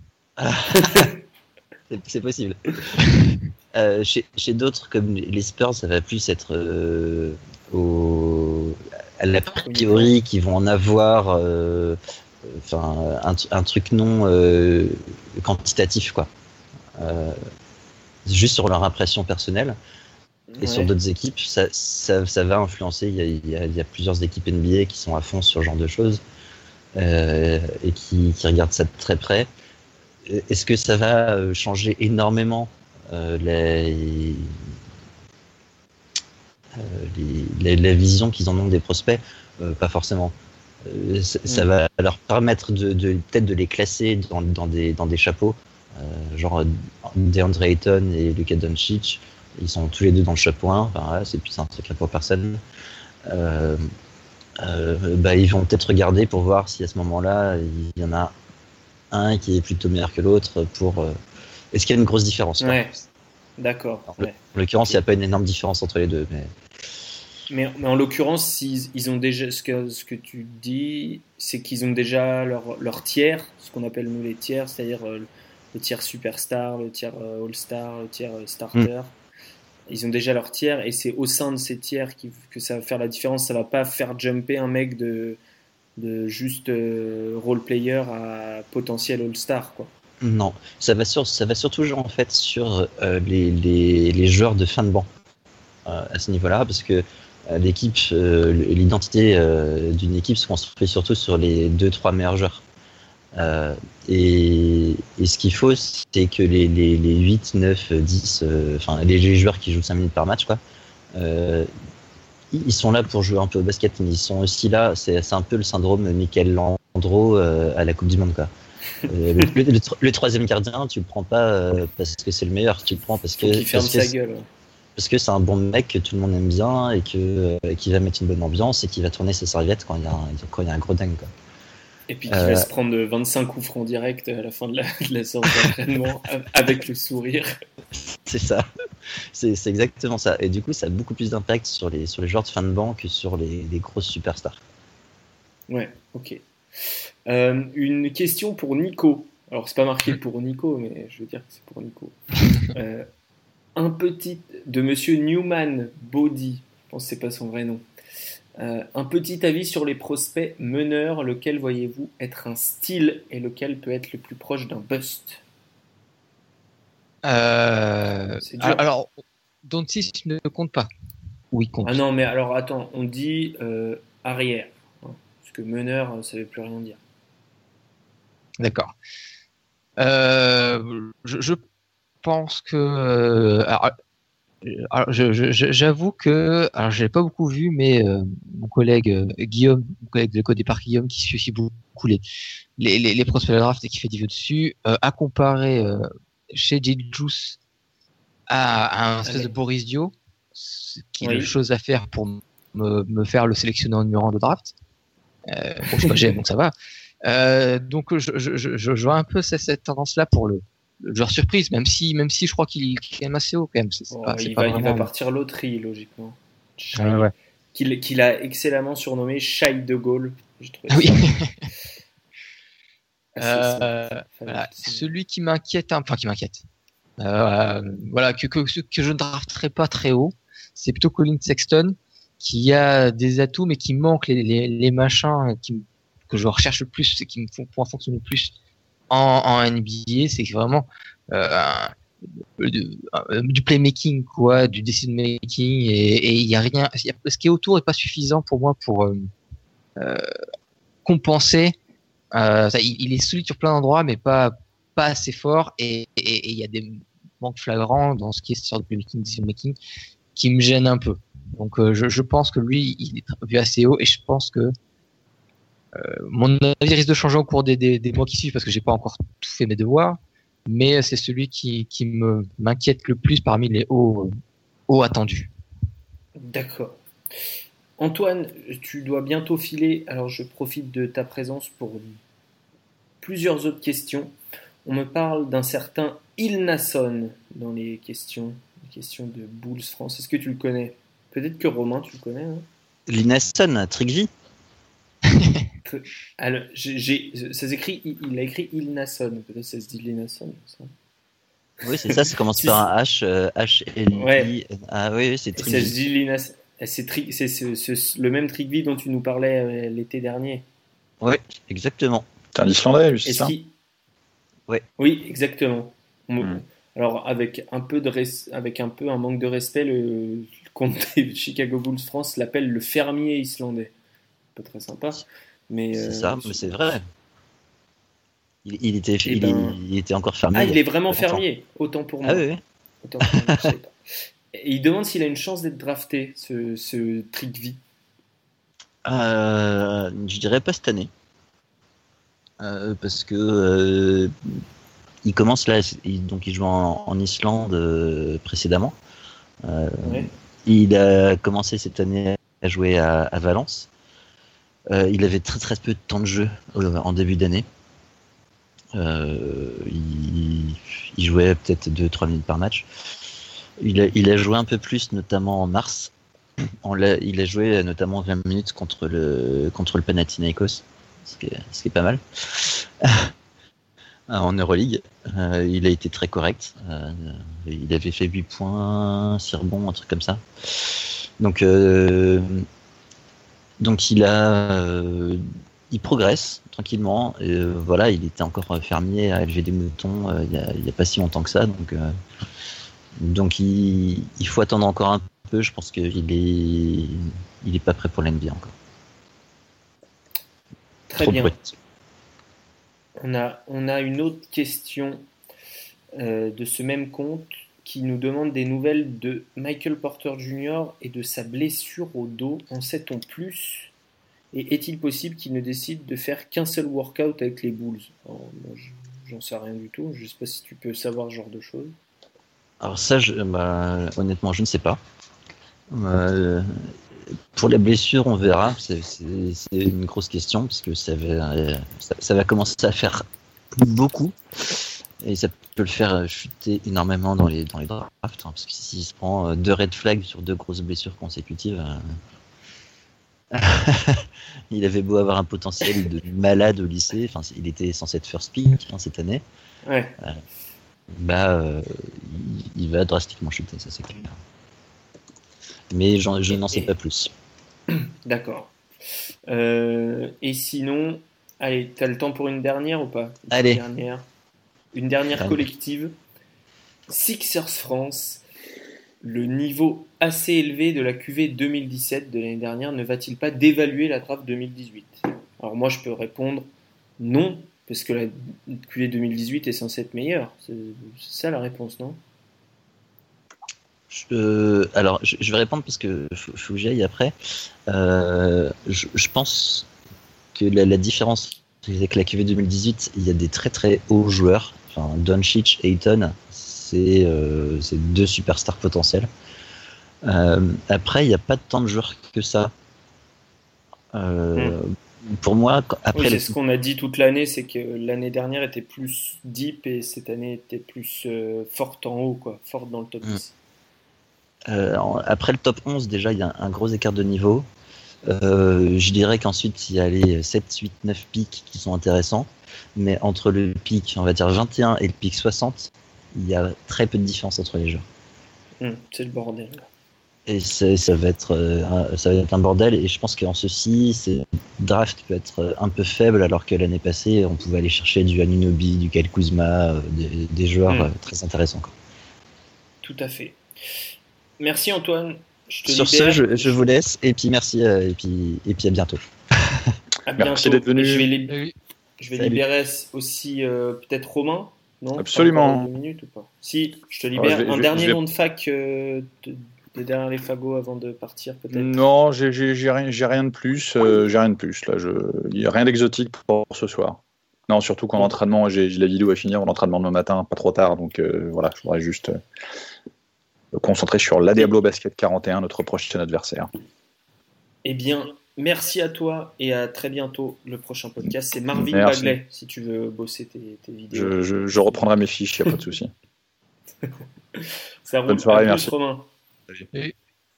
c'est, c'est possible. euh, chez, chez d'autres, comme les Spurs, ça va plus être euh, au, à la priori qui vont en avoir euh, enfin, un, un truc non euh, quantitatif, quoi. Euh, juste sur leur impression personnelle. Et Ouais. sur d'autres équipes, ça, ça, ça va influencer. Il y, a, il, y a, il y a plusieurs équipes N B A qui sont à fond sur ce genre de choses euh, et qui, qui regardent ça de très près. Est-ce que ça va changer énormément euh, les, euh, les, les, la vision qu'ils en ont des prospects? euh, Pas forcément. Euh, ça, mmh. ça va leur permettre de, de, peut-être de les classer dans, dans, des, dans des chapeaux, euh, genre DeAndre Ayton et Luka Doncic. Ils sont tous les deux dans le chapeau un, enfin, voilà, c'est, c'est un secret pour personne. Euh, euh, bah, ils vont peut-être regarder pour voir si à ce moment-là, il y en a un qui est plutôt meilleur que l'autre. Pour, euh... Est-ce qu'il y a une grosse différence? Ouais, d'accord. Alors, ouais. En l'occurrence, il n'y a pas une énorme différence entre les deux. Mais, mais, mais en l'occurrence, ils, ils ont déjà, ce que, ce que tu dis, c'est qu'ils ont déjà leur, leur tiers, ce qu'on appelle nous les tiers, c'est-à-dire euh, le tiers superstar, le tiers euh, all-star, le tiers euh, starter. Mm. Ils ont déjà leur tiers et c'est au sein de ces tiers qui, que ça va faire la différence. Ça va pas faire jumper un mec de, de juste euh, role player à potentiel all-star, quoi. Non, ça va, sur, ça va surtout jouer en fait sur euh, les, les, les joueurs de fin de banc euh, à ce niveau-là, parce que euh, l'équipe, euh, l'identité euh, d'une équipe se construit surtout sur les deux trois meilleurs joueurs. Euh, et, et ce qu'il faut, c'est que les, les, les huit, neuf, dix, enfin euh, les, les joueurs qui jouent cinq minutes par match, quoi, euh, ils sont là pour jouer un peu au basket, mais ils sont aussi là, c'est, c'est un peu le syndrome Michael Landreau euh, à la Coupe du Monde, quoi. Euh, le, le, le, le troisième gardien, tu le prends pas euh, parce que c'est le meilleur, tu le prends parce que, qu'il ferme parce, que sa gueule, ouais. Parce que c'est un bon mec que tout le monde aime bien et que, euh, qui va mettre une bonne ambiance et qui va tourner ses serviettes quand il y a un, quand il y a un gros dingue, quoi. Et puis qui euh... va se prendre vingt-cinq coups francs direct à la fin de la, de la séance d'entraînement avec le sourire. C'est ça, c'est, c'est exactement ça. Et du coup, ça a beaucoup plus d'impact sur les, sur les joueurs de fin de banc que sur les, les grosses superstars. Ouais, ok. Euh, une question pour Nico. Alors, c'est pas marqué pour Nico, mais je veux dire que c'est pour Nico. Euh, un petit de Monsieur Newman Body, je pense que c'est pas son vrai nom. Euh, un petit avis sur les prospects meneurs, lequel voyez-vous être un style et lequel peut être le plus proche d'un bust? euh, alors, alors, Doncic ne compte pas. Oui, compte. Ah non, mais alors attends, on dit euh, arrière, hein, parce que meneur, ça veut plus rien dire. D'accord. Euh, je, je pense que euh, alors, Alors, je, je, j'avoue que, alors j'ai pas beaucoup vu, mais euh, mon collègue euh, Guillaume, mon collègue de l'école des parcs Guillaume, qui suit aussi beaucoup les les, les, les prospects de la draft et qui fait des vidéos dessus, euh, a comparé euh, chez J. Juice à, à un espèce Allez. de Boris Dio, qui oui. a chose à faire pour me, me faire le sélectionneur numéro un de draft. Euh, bon, je suis pas gêné, donc ça va. Euh, donc je, je, je, je vois un peu cette, cette tendance-là pour le le joueur surprise, même si, même si je crois qu'il, qu'il est quand même assez haut quand même. C'est, c'est oh, pas, c'est il, pas va, vraiment... il va partir loterie, logiquement. Shai, ah, ouais. qu'il, qu'il a excellemment surnommé Shai de Gaulle. Je ah, oui. ça, euh, voilà. Celui qui m'inquiète, enfin qui m'inquiète, euh, voilà, que, que, que je ne drafterai pas très haut, c'est plutôt Colin Sexton, qui a des atouts, mais qui manque les, les, les machins qui, que je recherche le plus, et qui me font pouvoir fonctionner le plus en, en N B A, c'est vraiment euh, du, du playmaking, quoi, du decision making, et il y a rien, y a, ce qui est autour est pas suffisant pour moi pour euh, euh, compenser. Euh, ça, il, il est solide sur plein d'endroits, mais pas pas assez fort, et il y a des manques flagrants dans ce qui est ce genre de playmaking, decision making, qui me gêne un peu. Donc euh, je, je pense que lui, il est vu assez haut, et je pense que Euh, mon avis risque de changer au cours des, des, des mois qui suivent parce que j'ai pas encore tout fait mes devoirs, mais c'est celui qui, qui me, m'inquiète le plus parmi les hauts, hauts attendus. D'accord. Antoine, tu dois bientôt filer, alors je profite de ta présence pour plusieurs autres questions. On me parle d'un certain Ilnason dans les questions, les questions de Bulls France. Est-ce que tu le connais? Peut-être que Romain, tu le connais. Hein. Ilnason, Trickvy. Alors, j'ai, j'ai, ça s'écrit, il a écrit Ilnason. Peut-être ça se dit Ilnason. Ça. Oui, c'est ça. Ça commence Si, par un H, euh, H L I. Ouais. Ah oui, oui c'est Et Trickvy. ça se dit Ilnason. C'est, tri- c'est, c'est, c'est, c'est le même Trickvy dont tu nous parlais euh, l'été dernier. Oui, exactement. C'est un Islandais, lui, c'est Est-ce ça qu'il... Ouais. Oui, exactement. On- Mm. Alors avec un peu de res- avec un peu un manque de respect, le, le compte des Chicago Bulls France l'appelle le fermier islandais. Pas très sympa, mais C'est euh, ça, mais c'est vrai. Il, il était, Eh il, ben- il était encore fermé. Ah, il est vraiment il y a longtemps. fermier. Autant pour moi. Ah oui, oui. Autant pour moi, je sais pas. Et il demande s'il a une chance d'être drafté, ce, ce Trickvy. Euh, je dirais pas cette année. Euh, parce que euh, il commence là, il, donc il joue en, en Islande euh, précédemment. Euh, Ouais. il a commencé cette année à jouer à, à Valence. Euh, il avait très très peu de temps de jeu euh, en début d'année. Euh, il, il jouait peut-être deux trois minutes par match. Il a, il a joué un peu plus, notamment en mars. On l'a, il a joué notamment vingt minutes contre le, contre le Panathinaikos, ce qui est, ce qui est pas mal. En Euroleague, euh, il a été très correct. Euh, il avait fait huit points, six rebonds, un truc comme ça. Donc, euh, donc il a, euh, il progresse tranquillement. Et, euh, voilà, il était encore fermier à élever des moutons euh, il y a, il y a pas si longtemps que ça. Donc, euh, donc il, il faut attendre encore un peu. Je pense qu'il est, il est pas prêt pour l'N B A encore. Très Trop bien. brut. On a, on a une autre question euh, de ce même compte qui nous demande des nouvelles de Michael Porter Junior et de sa blessure au dos. En sait-on plus? Et est-il possible qu'il ne décide de faire qu'un seul workout avec les Bulls? Alors, moi, je- j'en sais rien du tout. Je ne sais pas si tu peux savoir ce genre de choses. Alors ça, je, bah, honnêtement, je ne sais pas. Euh, pour la blessure, on verra. C'est, c'est, c'est une grosse question parce que ça va, euh, ça, ça va commencer à faire beaucoup et ça peut le faire chuter énormément dans les dans les drafts. Hein, parce que s'il se prend euh, deux red flags sur deux grosses blessures consécutives, euh, il avait beau avoir un potentiel de malade au lycée. Enfin, il était censé être first pick hein, cette année. Ouais. Euh, bah, euh, il, il va drastiquement chuter, ça c'est clair. Mais j'en, je n'en sais pas plus. D'accord. Euh, et sinon, allez, t'as le temps pour une dernière ou pas? Une Allez. Dernière. Une dernière Allez. collective. Sixers France. Le niveau assez élevé de la Q V deux mille dix-sept de l'année dernière ne va-t-il pas dévaluer la draft deux mille dix-huit? Alors moi, je peux répondre non, parce que la Q V deux mille dix-huit est censée être meilleure. C'est, c'est ça la réponse, non? Je, alors, je, je vais répondre parce que faut, faut que j'aille après. Euh, je, je pense que la, la différence avec la Q V deux mille dix-huit, il y a des très très hauts joueurs. Enfin, Doncic et Ayton, c'est, euh, c'est deux superstars potentiels. Euh, après, il n'y a pas tant de joueurs que ça. Euh, mm. Pour moi, après, oui, c'est les... ce qu'on a dit toute l'année, c'est que l'année dernière était plus deep et cette année était plus euh, forte en haut, quoi, forte dans le top dix. Mm. Euh, après le top onze, déjà, il y a un gros écart de niveau. Euh, je dirais qu'ensuite, il y a les sept, huit, neuf pics qui sont intéressants. Mais entre le pic, on va dire vingt et un et le pic soixante, il y a très peu de différence entre les joueurs. Mmh, c'est le bordel. Et ça, ça, va être, euh, ça va être un bordel. Et je pense qu'en ceci, ce draft peut être un peu faible, alors que l'année passée, on pouvait aller chercher du Anunoby, du Kyle Kuzma, euh, des, des joueurs mmh. euh, très intéressants. Quoi. Tout à fait. Merci Antoine. Je te Sur libère. ce, je, je vous laisse et puis merci euh, et puis et puis à bientôt. À bientôt. Merci d'être venu. Je vais, li- je vais libérer aussi euh, peut-être Romain. Non, absolument. Deux minutes ou pas? Si, je te libère. Ouais, je vais, un je dernier vais... nom de fac euh, de, de derrière les fagots avant de partir peut-être. Non, j'ai, j'ai, j'ai, rien, j'ai rien de plus. Euh, j'ai rien de plus là. Je... Il n'y a rien d'exotique pour ce soir. Non, surtout qu'en entraînement, j'ai, j'ai la vidéo à finir. L'entraînement demain matin, pas trop tard. Donc euh, voilà, je voudrais juste. Euh... concentré sur la Diablo Basket quarante et un, notre prochain adversaire. Eh bien, Merci à toi et à très bientôt. Le prochain podcast, c'est Marvin Merci. Bagley, si tu veux bosser tes, tes vidéos. Je, je, je reprendrai mes fiches, il n'y a pas de souci. Ça roule. Bonne soirée, À plus, merci. Romain. Et-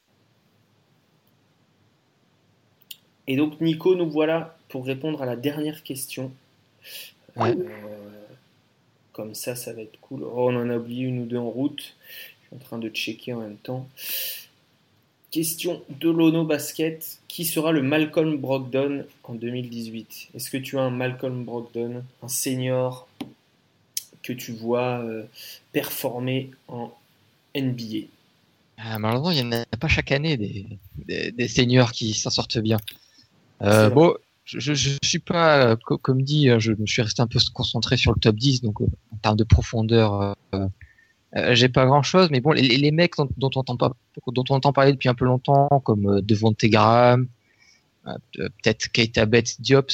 Et donc, Nico, nous voilà pour répondre à la dernière question. Ouais. Euh, comme ça, ça va être cool. Oh, on en a oublié une ou deux en route. Je suis en train de checker en même temps. Question de Lono Basket. Qui sera le Malcolm Brogdon en deux mille dix-huit? Est-ce que tu as un Malcolm Brogdon, un senior que tu vois euh, performer en N B Ah, malheureusement, il n'y en a pas chaque année des, des, des seniors qui s'en sortent bien. C'est Euh, vrai. bon, je, je, je suis pas, euh, co- comme dit, euh, je me suis resté un peu concentré sur le top dix, donc euh, en termes de profondeur, euh, euh, j'ai pas grand chose, mais bon, les, les mecs dont, dont on entend pas, dont on entend parler depuis un peu longtemps, comme euh, Devonte Graham, euh, peut-être Keita Bates Diop,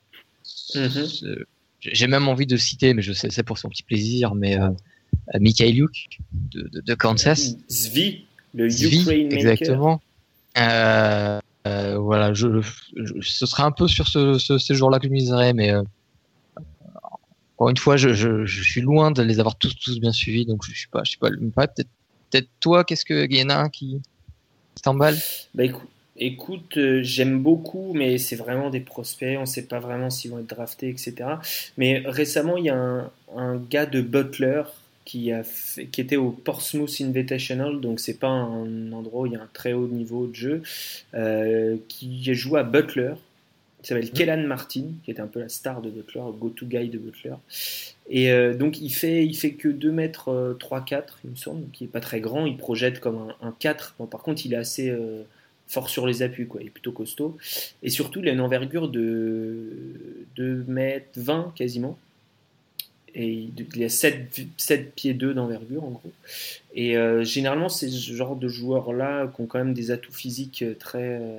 Mhm. euh, j'ai même envie de citer, mais je sais, c'est pour son petit plaisir, mais euh, euh, Mikhail Yuk de, de, de Kansas. Zvi, le Zvi, Ukraine Maker. exactement. Euh, euh, voilà, je, je, ce serait un peu sur ce, ce, ces jours-là que je miserais, mais euh, encore une fois, je, je, je suis loin de les avoir tous tous bien suivis, donc je suis pas, je suis pas, pas peut-être, peut-être toi, qu'est-ce que il y en a un qui, qui t'emballe? Bah écoute, écoute euh, j'aime beaucoup, mais c'est vraiment des prospects. On ne sait pas vraiment s'ils vont être draftés, et cetera. Mais récemment, il y a un, un gars de Butler qui, a fait- qui était au Portsmouth Invitational, donc c'est pas un endroit où il y a un très haut niveau de jeu, euh, qui joue à Butler. Il s'appelle Kellan Martin, qui était un peu la star de Butler, le go-to guy de Butler. Et euh, donc il fait, il fait que deux mètres trois quatre, il me semble, donc il est pas très grand, il projette comme un, un quatre. Bon, par contre, il est assez euh, fort sur les appuis, quoi. Il est plutôt costaud. Et surtout, il a une envergure de deux mètres vingt quasiment. Et il il a sept pieds deux d'envergure en gros. Et euh, généralement, c'est ce genre de joueurs-là qui ont quand même des atouts physiques très, euh,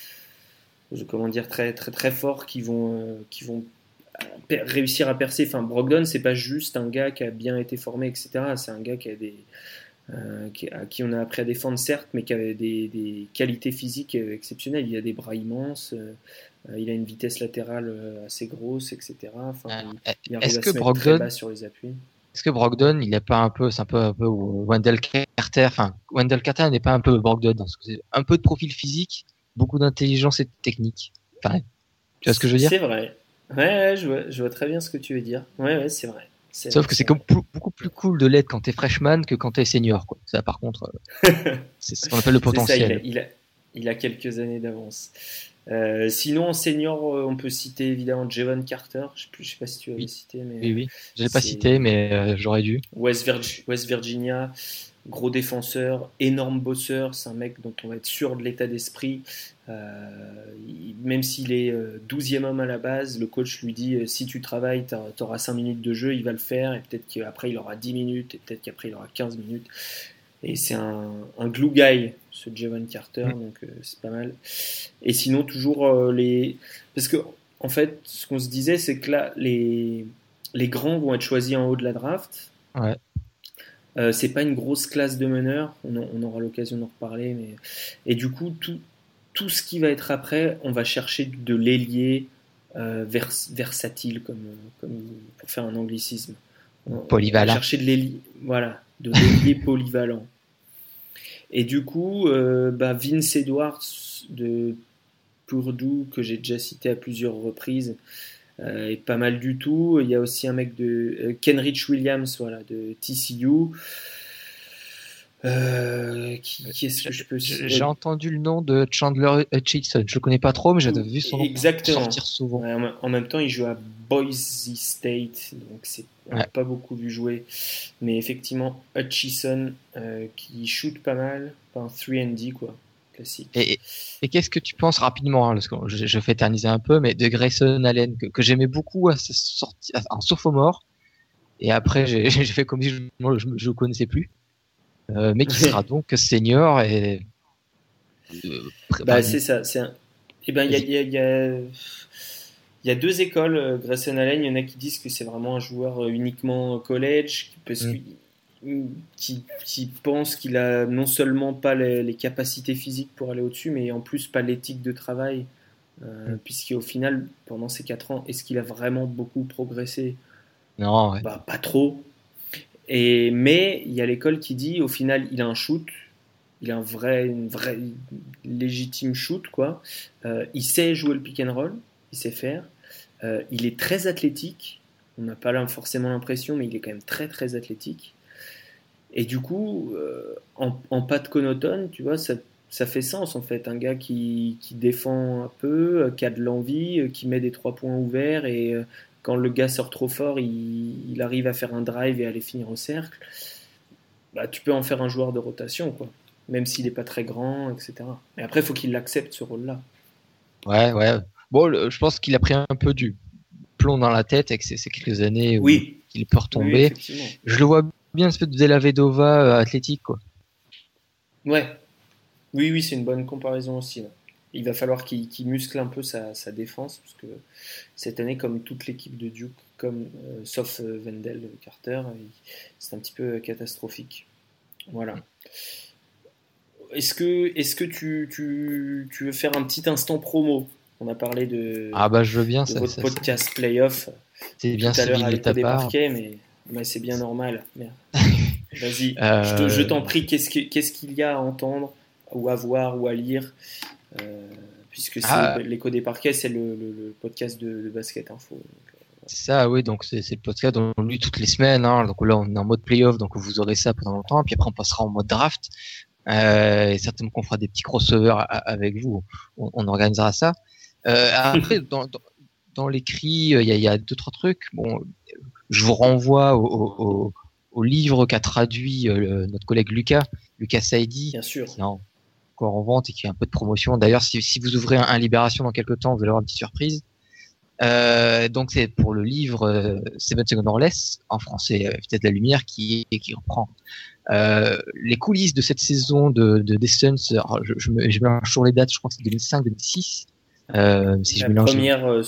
comment dire, très très très forts, qui vont, euh, qui vont per- réussir à percer. Enfin, Brogdon, c'est pas juste un gars qui a bien été formé, et cetera. C'est un gars qui a des, euh, qui, à qui on a appris à défendre, certes, mais qui avait des, des qualités physiques euh, exceptionnelles. Il a des bras immenses, euh, il a une vitesse latérale euh, assez grosse, et cetera. Enfin, il, il arrive Est-ce à que se mettre très Brogdon, bas sur les appuis. est-ce que Brogdon, il est pas un peu, c'est un peu, un peu Wendell Carter, enfin, Wendell Carter n'est pas un peu Brogdon, parce que c'est un peu de profil physique, beaucoup d'intelligence et de technique. Enfin, tu vois ce que je veux dire? C'est vrai. Ouais, ouais, je vois, je vois très bien ce que tu veux dire. Ouais, ouais, c'est vrai. C'est Sauf vrai, que c'est c'est comme vrai. pou- beaucoup plus cool de l'être quand t'es freshman que quand t'es senior, quoi. Ça, par contre, euh, c'est ce qu'on appelle le C'est ça, il a, potentiel. il a, il a quelques années d'avance. Euh, sinon, en senior, euh, on peut citer évidemment Javon Carter. Je ne sais pas si tu l'avais Oui. cité, mais Oui, oui. Je l'ai pas c'est cité, mais euh, j'aurais dû. West, Virgi- West Virginia, gros défenseur, énorme bosseur. C'est un mec dont on va être sûr de l'état d'esprit. Euh, il- même s'il est euh, douzième homme à la base, le coach lui dit euh, si tu travailles, tu auras cinq minutes de jeu, il va le faire. Et peut-être qu'après, il aura dix minutes, et peut-être qu'après, il aura quinze minutes. Et c'est un, un glue guy, ce Javon Carter, Mm. donc euh, c'est pas mal. Et sinon, toujours euh, les. Parce que, en fait, ce qu'on se disait, c'est que là, les, les grands vont être choisis en haut de la draft. Ouais. Euh, c'est pas une grosse classe de meneurs, on, en- on aura l'occasion d'en reparler. Mais... Et du coup, tout, tout ce qui va être après, on va chercher de l'ailier euh, vers, versatile, comme, comme, pour faire un anglicisme. On, on va Polyvalent. chercher de l'ailier, voilà, de l'ailier polyvalent. Et du coup, euh, bah, Vince Edwards de Purdue, que j'ai déjà cité à plusieurs reprises, euh, est pas mal du tout. Il y a aussi un mec de euh, Kenrich Williams, voilà, de T C U. Euh, qui, qui est-ce que je peux J'ai j'ai entendu le nom de Chandler Hutchison. Je le connais pas trop, mais j'avais vu son nom Exactement. sortir souvent. Ouais, en en même temps, il joue à Boise State, donc c'est, on n'a Ouais. pas beaucoup vu jouer. Mais effectivement, Hutchison, euh, qui shoot pas mal, enfin trois and D, quoi, classique. Et, et, et qu'est-ce que tu penses rapidement, hein, parce que je, je fais éterniser un peu, mais de Grayson Allen, que, que j'aimais beaucoup à sa sortie, à- en sophomore, et après j'ai j'ai fait comme si je ne le connaissais plus, euh, mais qui sera donc senior et. Euh, pré- Bah, enfin, c'est ça. C'est un... Eh ben, il y a, il y a- il y a- il y a deux écoles, euh, Grayson Allen. Il y en a qui disent que c'est vraiment un joueur euh, uniquement college, parce Mm. qu'il- qui, qui pense qu'il a non seulement pas les, les capacités physiques pour aller au-dessus, mais en plus pas l'éthique de travail Euh, mm. Puisqu'au final, pendant ces quatre ans, est-ce qu'il a vraiment beaucoup progressé ? Non, ouais. Bah, pas trop. Et, mais il y a l'école qui dit, au final, il a un shoot, il a un vrai, une vraie légitime shoot, quoi. Euh, il sait jouer le pick and roll, il sait faire. Euh, il est très athlétique. On n'a pas là forcément l'impression, mais il est quand même très très athlétique. Et du coup, euh, en, en pâte Connaughton, tu vois, ça, ça fait sens en fait. Un gars qui, qui défend un peu, euh, qui a de l'envie, euh, qui met des trois points ouverts et euh, quand le gars sort trop fort, il, il arrive à faire un drive et à aller finir au cercle. Bah, tu peux en faire un joueur de rotation, quoi. Même s'il n'est pas très grand, et cetera. Mais après, il faut qu'il accepte ce rôle-là. Ouais, ouais. Bon, le, je pense qu'il a pris un peu du plomb dans la tête avec ces, ces quelques années où oui. il peut retomber. Oui, je le vois bien, une espèce de Della Vedova euh, athlétique, quoi. Ouais. Oui, oui, c'est une bonne comparaison aussi. Là. Il va falloir qu'il, qu'il muscle un peu sa, sa défense, parce que cette année, comme toute l'équipe de Duke, comme, euh, sauf euh, Wendell Carter, c'est un petit peu catastrophique. Voilà. Est-ce que, est-ce que tu, tu, tu veux faire un petit instant promo ? On a parlé de, ah bah je veux bien, de ça, votre ça, podcast ça. playoff c'est bien tout à l'heure à l'écho des parquets, mais, mais c'est bien normal. Merde. Vas-y, euh... je, te, je t'en prie, qu'est-ce, que, qu'est-ce qu'il y a à entendre, ou à voir, ou à lire euh, puisque c'est ah. l'écho des parquets, c'est le, le, le podcast de, de Basket Info. Donc, euh, c'est ça, oui, donc c'est, c'est le podcast dont on lit toutes les semaines. Hein, donc là, on est en mode playoff, donc vous aurez ça pendant longtemps. Puis après, on passera en mode draft. Euh, et certainement qu'on fera des petits crossovers avec vous. On, on organisera ça. Euh, après, dans, dans, dans l'écrit, il y a, y a deux trois trucs. Bon, je vous renvoie au, au, au livre qu'a traduit euh, notre collègue Lucas, Lucas Saidi, bien sûr, qui est encore en vente et qui a un peu de promotion. D'ailleurs, si, si vous ouvrez un, un Libération dans quelques temps, vous allez avoir une petite surprise. Euh, donc c'est pour le livre euh, Seven Seconds or Less, en français euh, Vitesse de la lumière, qui qui reprend euh, les coulisses de cette saison de, de des Suns. Alors, je, je, me, je mélange toujours les dates, je crois que c'est deux mille cinq deux mille six. Euh, si la je mélange première, euh,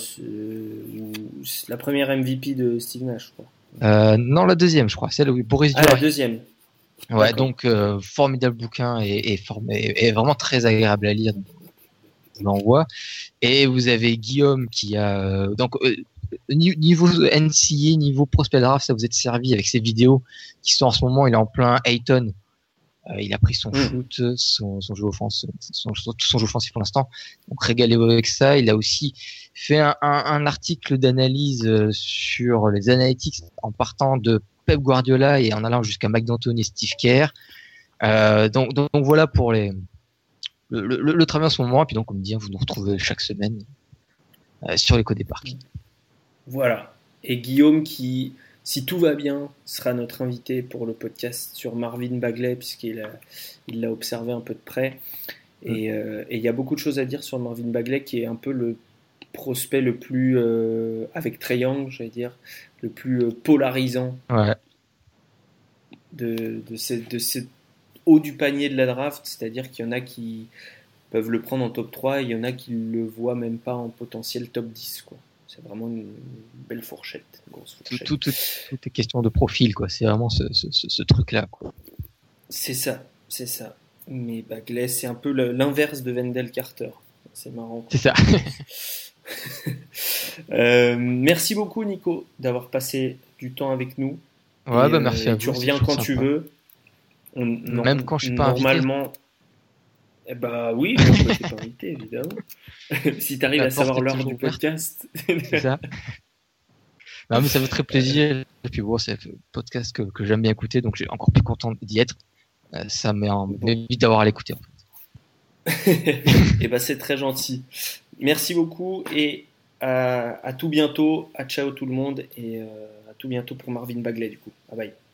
la première M V P de Steve Nash, je crois. Euh, non, la deuxième, je crois, celle où Boris ah, Diaw. La deuxième. Ouais, D'accord. donc euh, formidable bouquin et, et, form- et, et vraiment très agréable à lire. Je l'envoie. Et vous avez Guillaume qui a euh, donc euh, niveau N C A A, niveau prospect draft, ça vous êtes servi avec ses vidéos qui sont en ce moment, il est en plein Ayton. Euh, il a pris son mmh. shoot, son, son jeu offensif, son, son, son jeu offensif pour l'instant. Donc régalez-vous avec ça. Il a aussi fait un, un, un article d'analyse sur les analytics en partant de Pep Guardiola et en allant jusqu'à Mike D'Antoni et Steve Kerr. Euh, donc, donc, donc voilà pour les le, le, le travail en ce moment. Et puis donc, comme dit, vous nous retrouvez chaque semaine euh, sur l'écho des parcs. Voilà. Et Guillaume qui, si tout va bien, sera notre invité pour le podcast sur Marvin Bagley, puisqu'il a, il l'a observé un peu de près. Et euh, il y a beaucoup de choses à dire sur Marvin Bagley, qui est un peu le prospect le plus, euh, avec Trae Young, j'allais dire, le plus euh, polarisant ouais. de, de, ce, de ce haut du panier de la draft. C'est-à-dire qu'il y en a qui peuvent le prendre en top trois, et il y en a qui ne le voient même pas en potentiel top dix, quoi. C'est vraiment une belle fourchette, une grosse fourchette. Tout, tout, tout, tout est question de profil, quoi. C'est vraiment ce, ce, ce, ce truc-là, quoi. C'est ça, c'est ça. Mais Bagley, c'est un peu le, l'inverse de Wendell Carter. C'est marrant. C'est ça. euh, merci beaucoup, Nico, d'avoir passé du temps avec nous. Ouais, et, bah merci euh, à vous. Tu reviens quand sympa. Tu veux. On, Même quand je suis pas normalement, invité. Eh bah oui, on peut t'être invité, évidemment. Si tu arrives à savoir l'heure du podcast. C'est ça. Non, mais ça fait très plaisir. Et puis bon, c'est un podcast que, que j'aime bien écouter, donc j'ai encore plus content d'y être. Euh, ça m'est envie d'avoir à l'écouter, en fait. Et bah c'est très gentil. Merci beaucoup et à, à tout bientôt. À ciao tout le monde et euh, à tout bientôt pour Marvin Bagley du coup. Bye bye.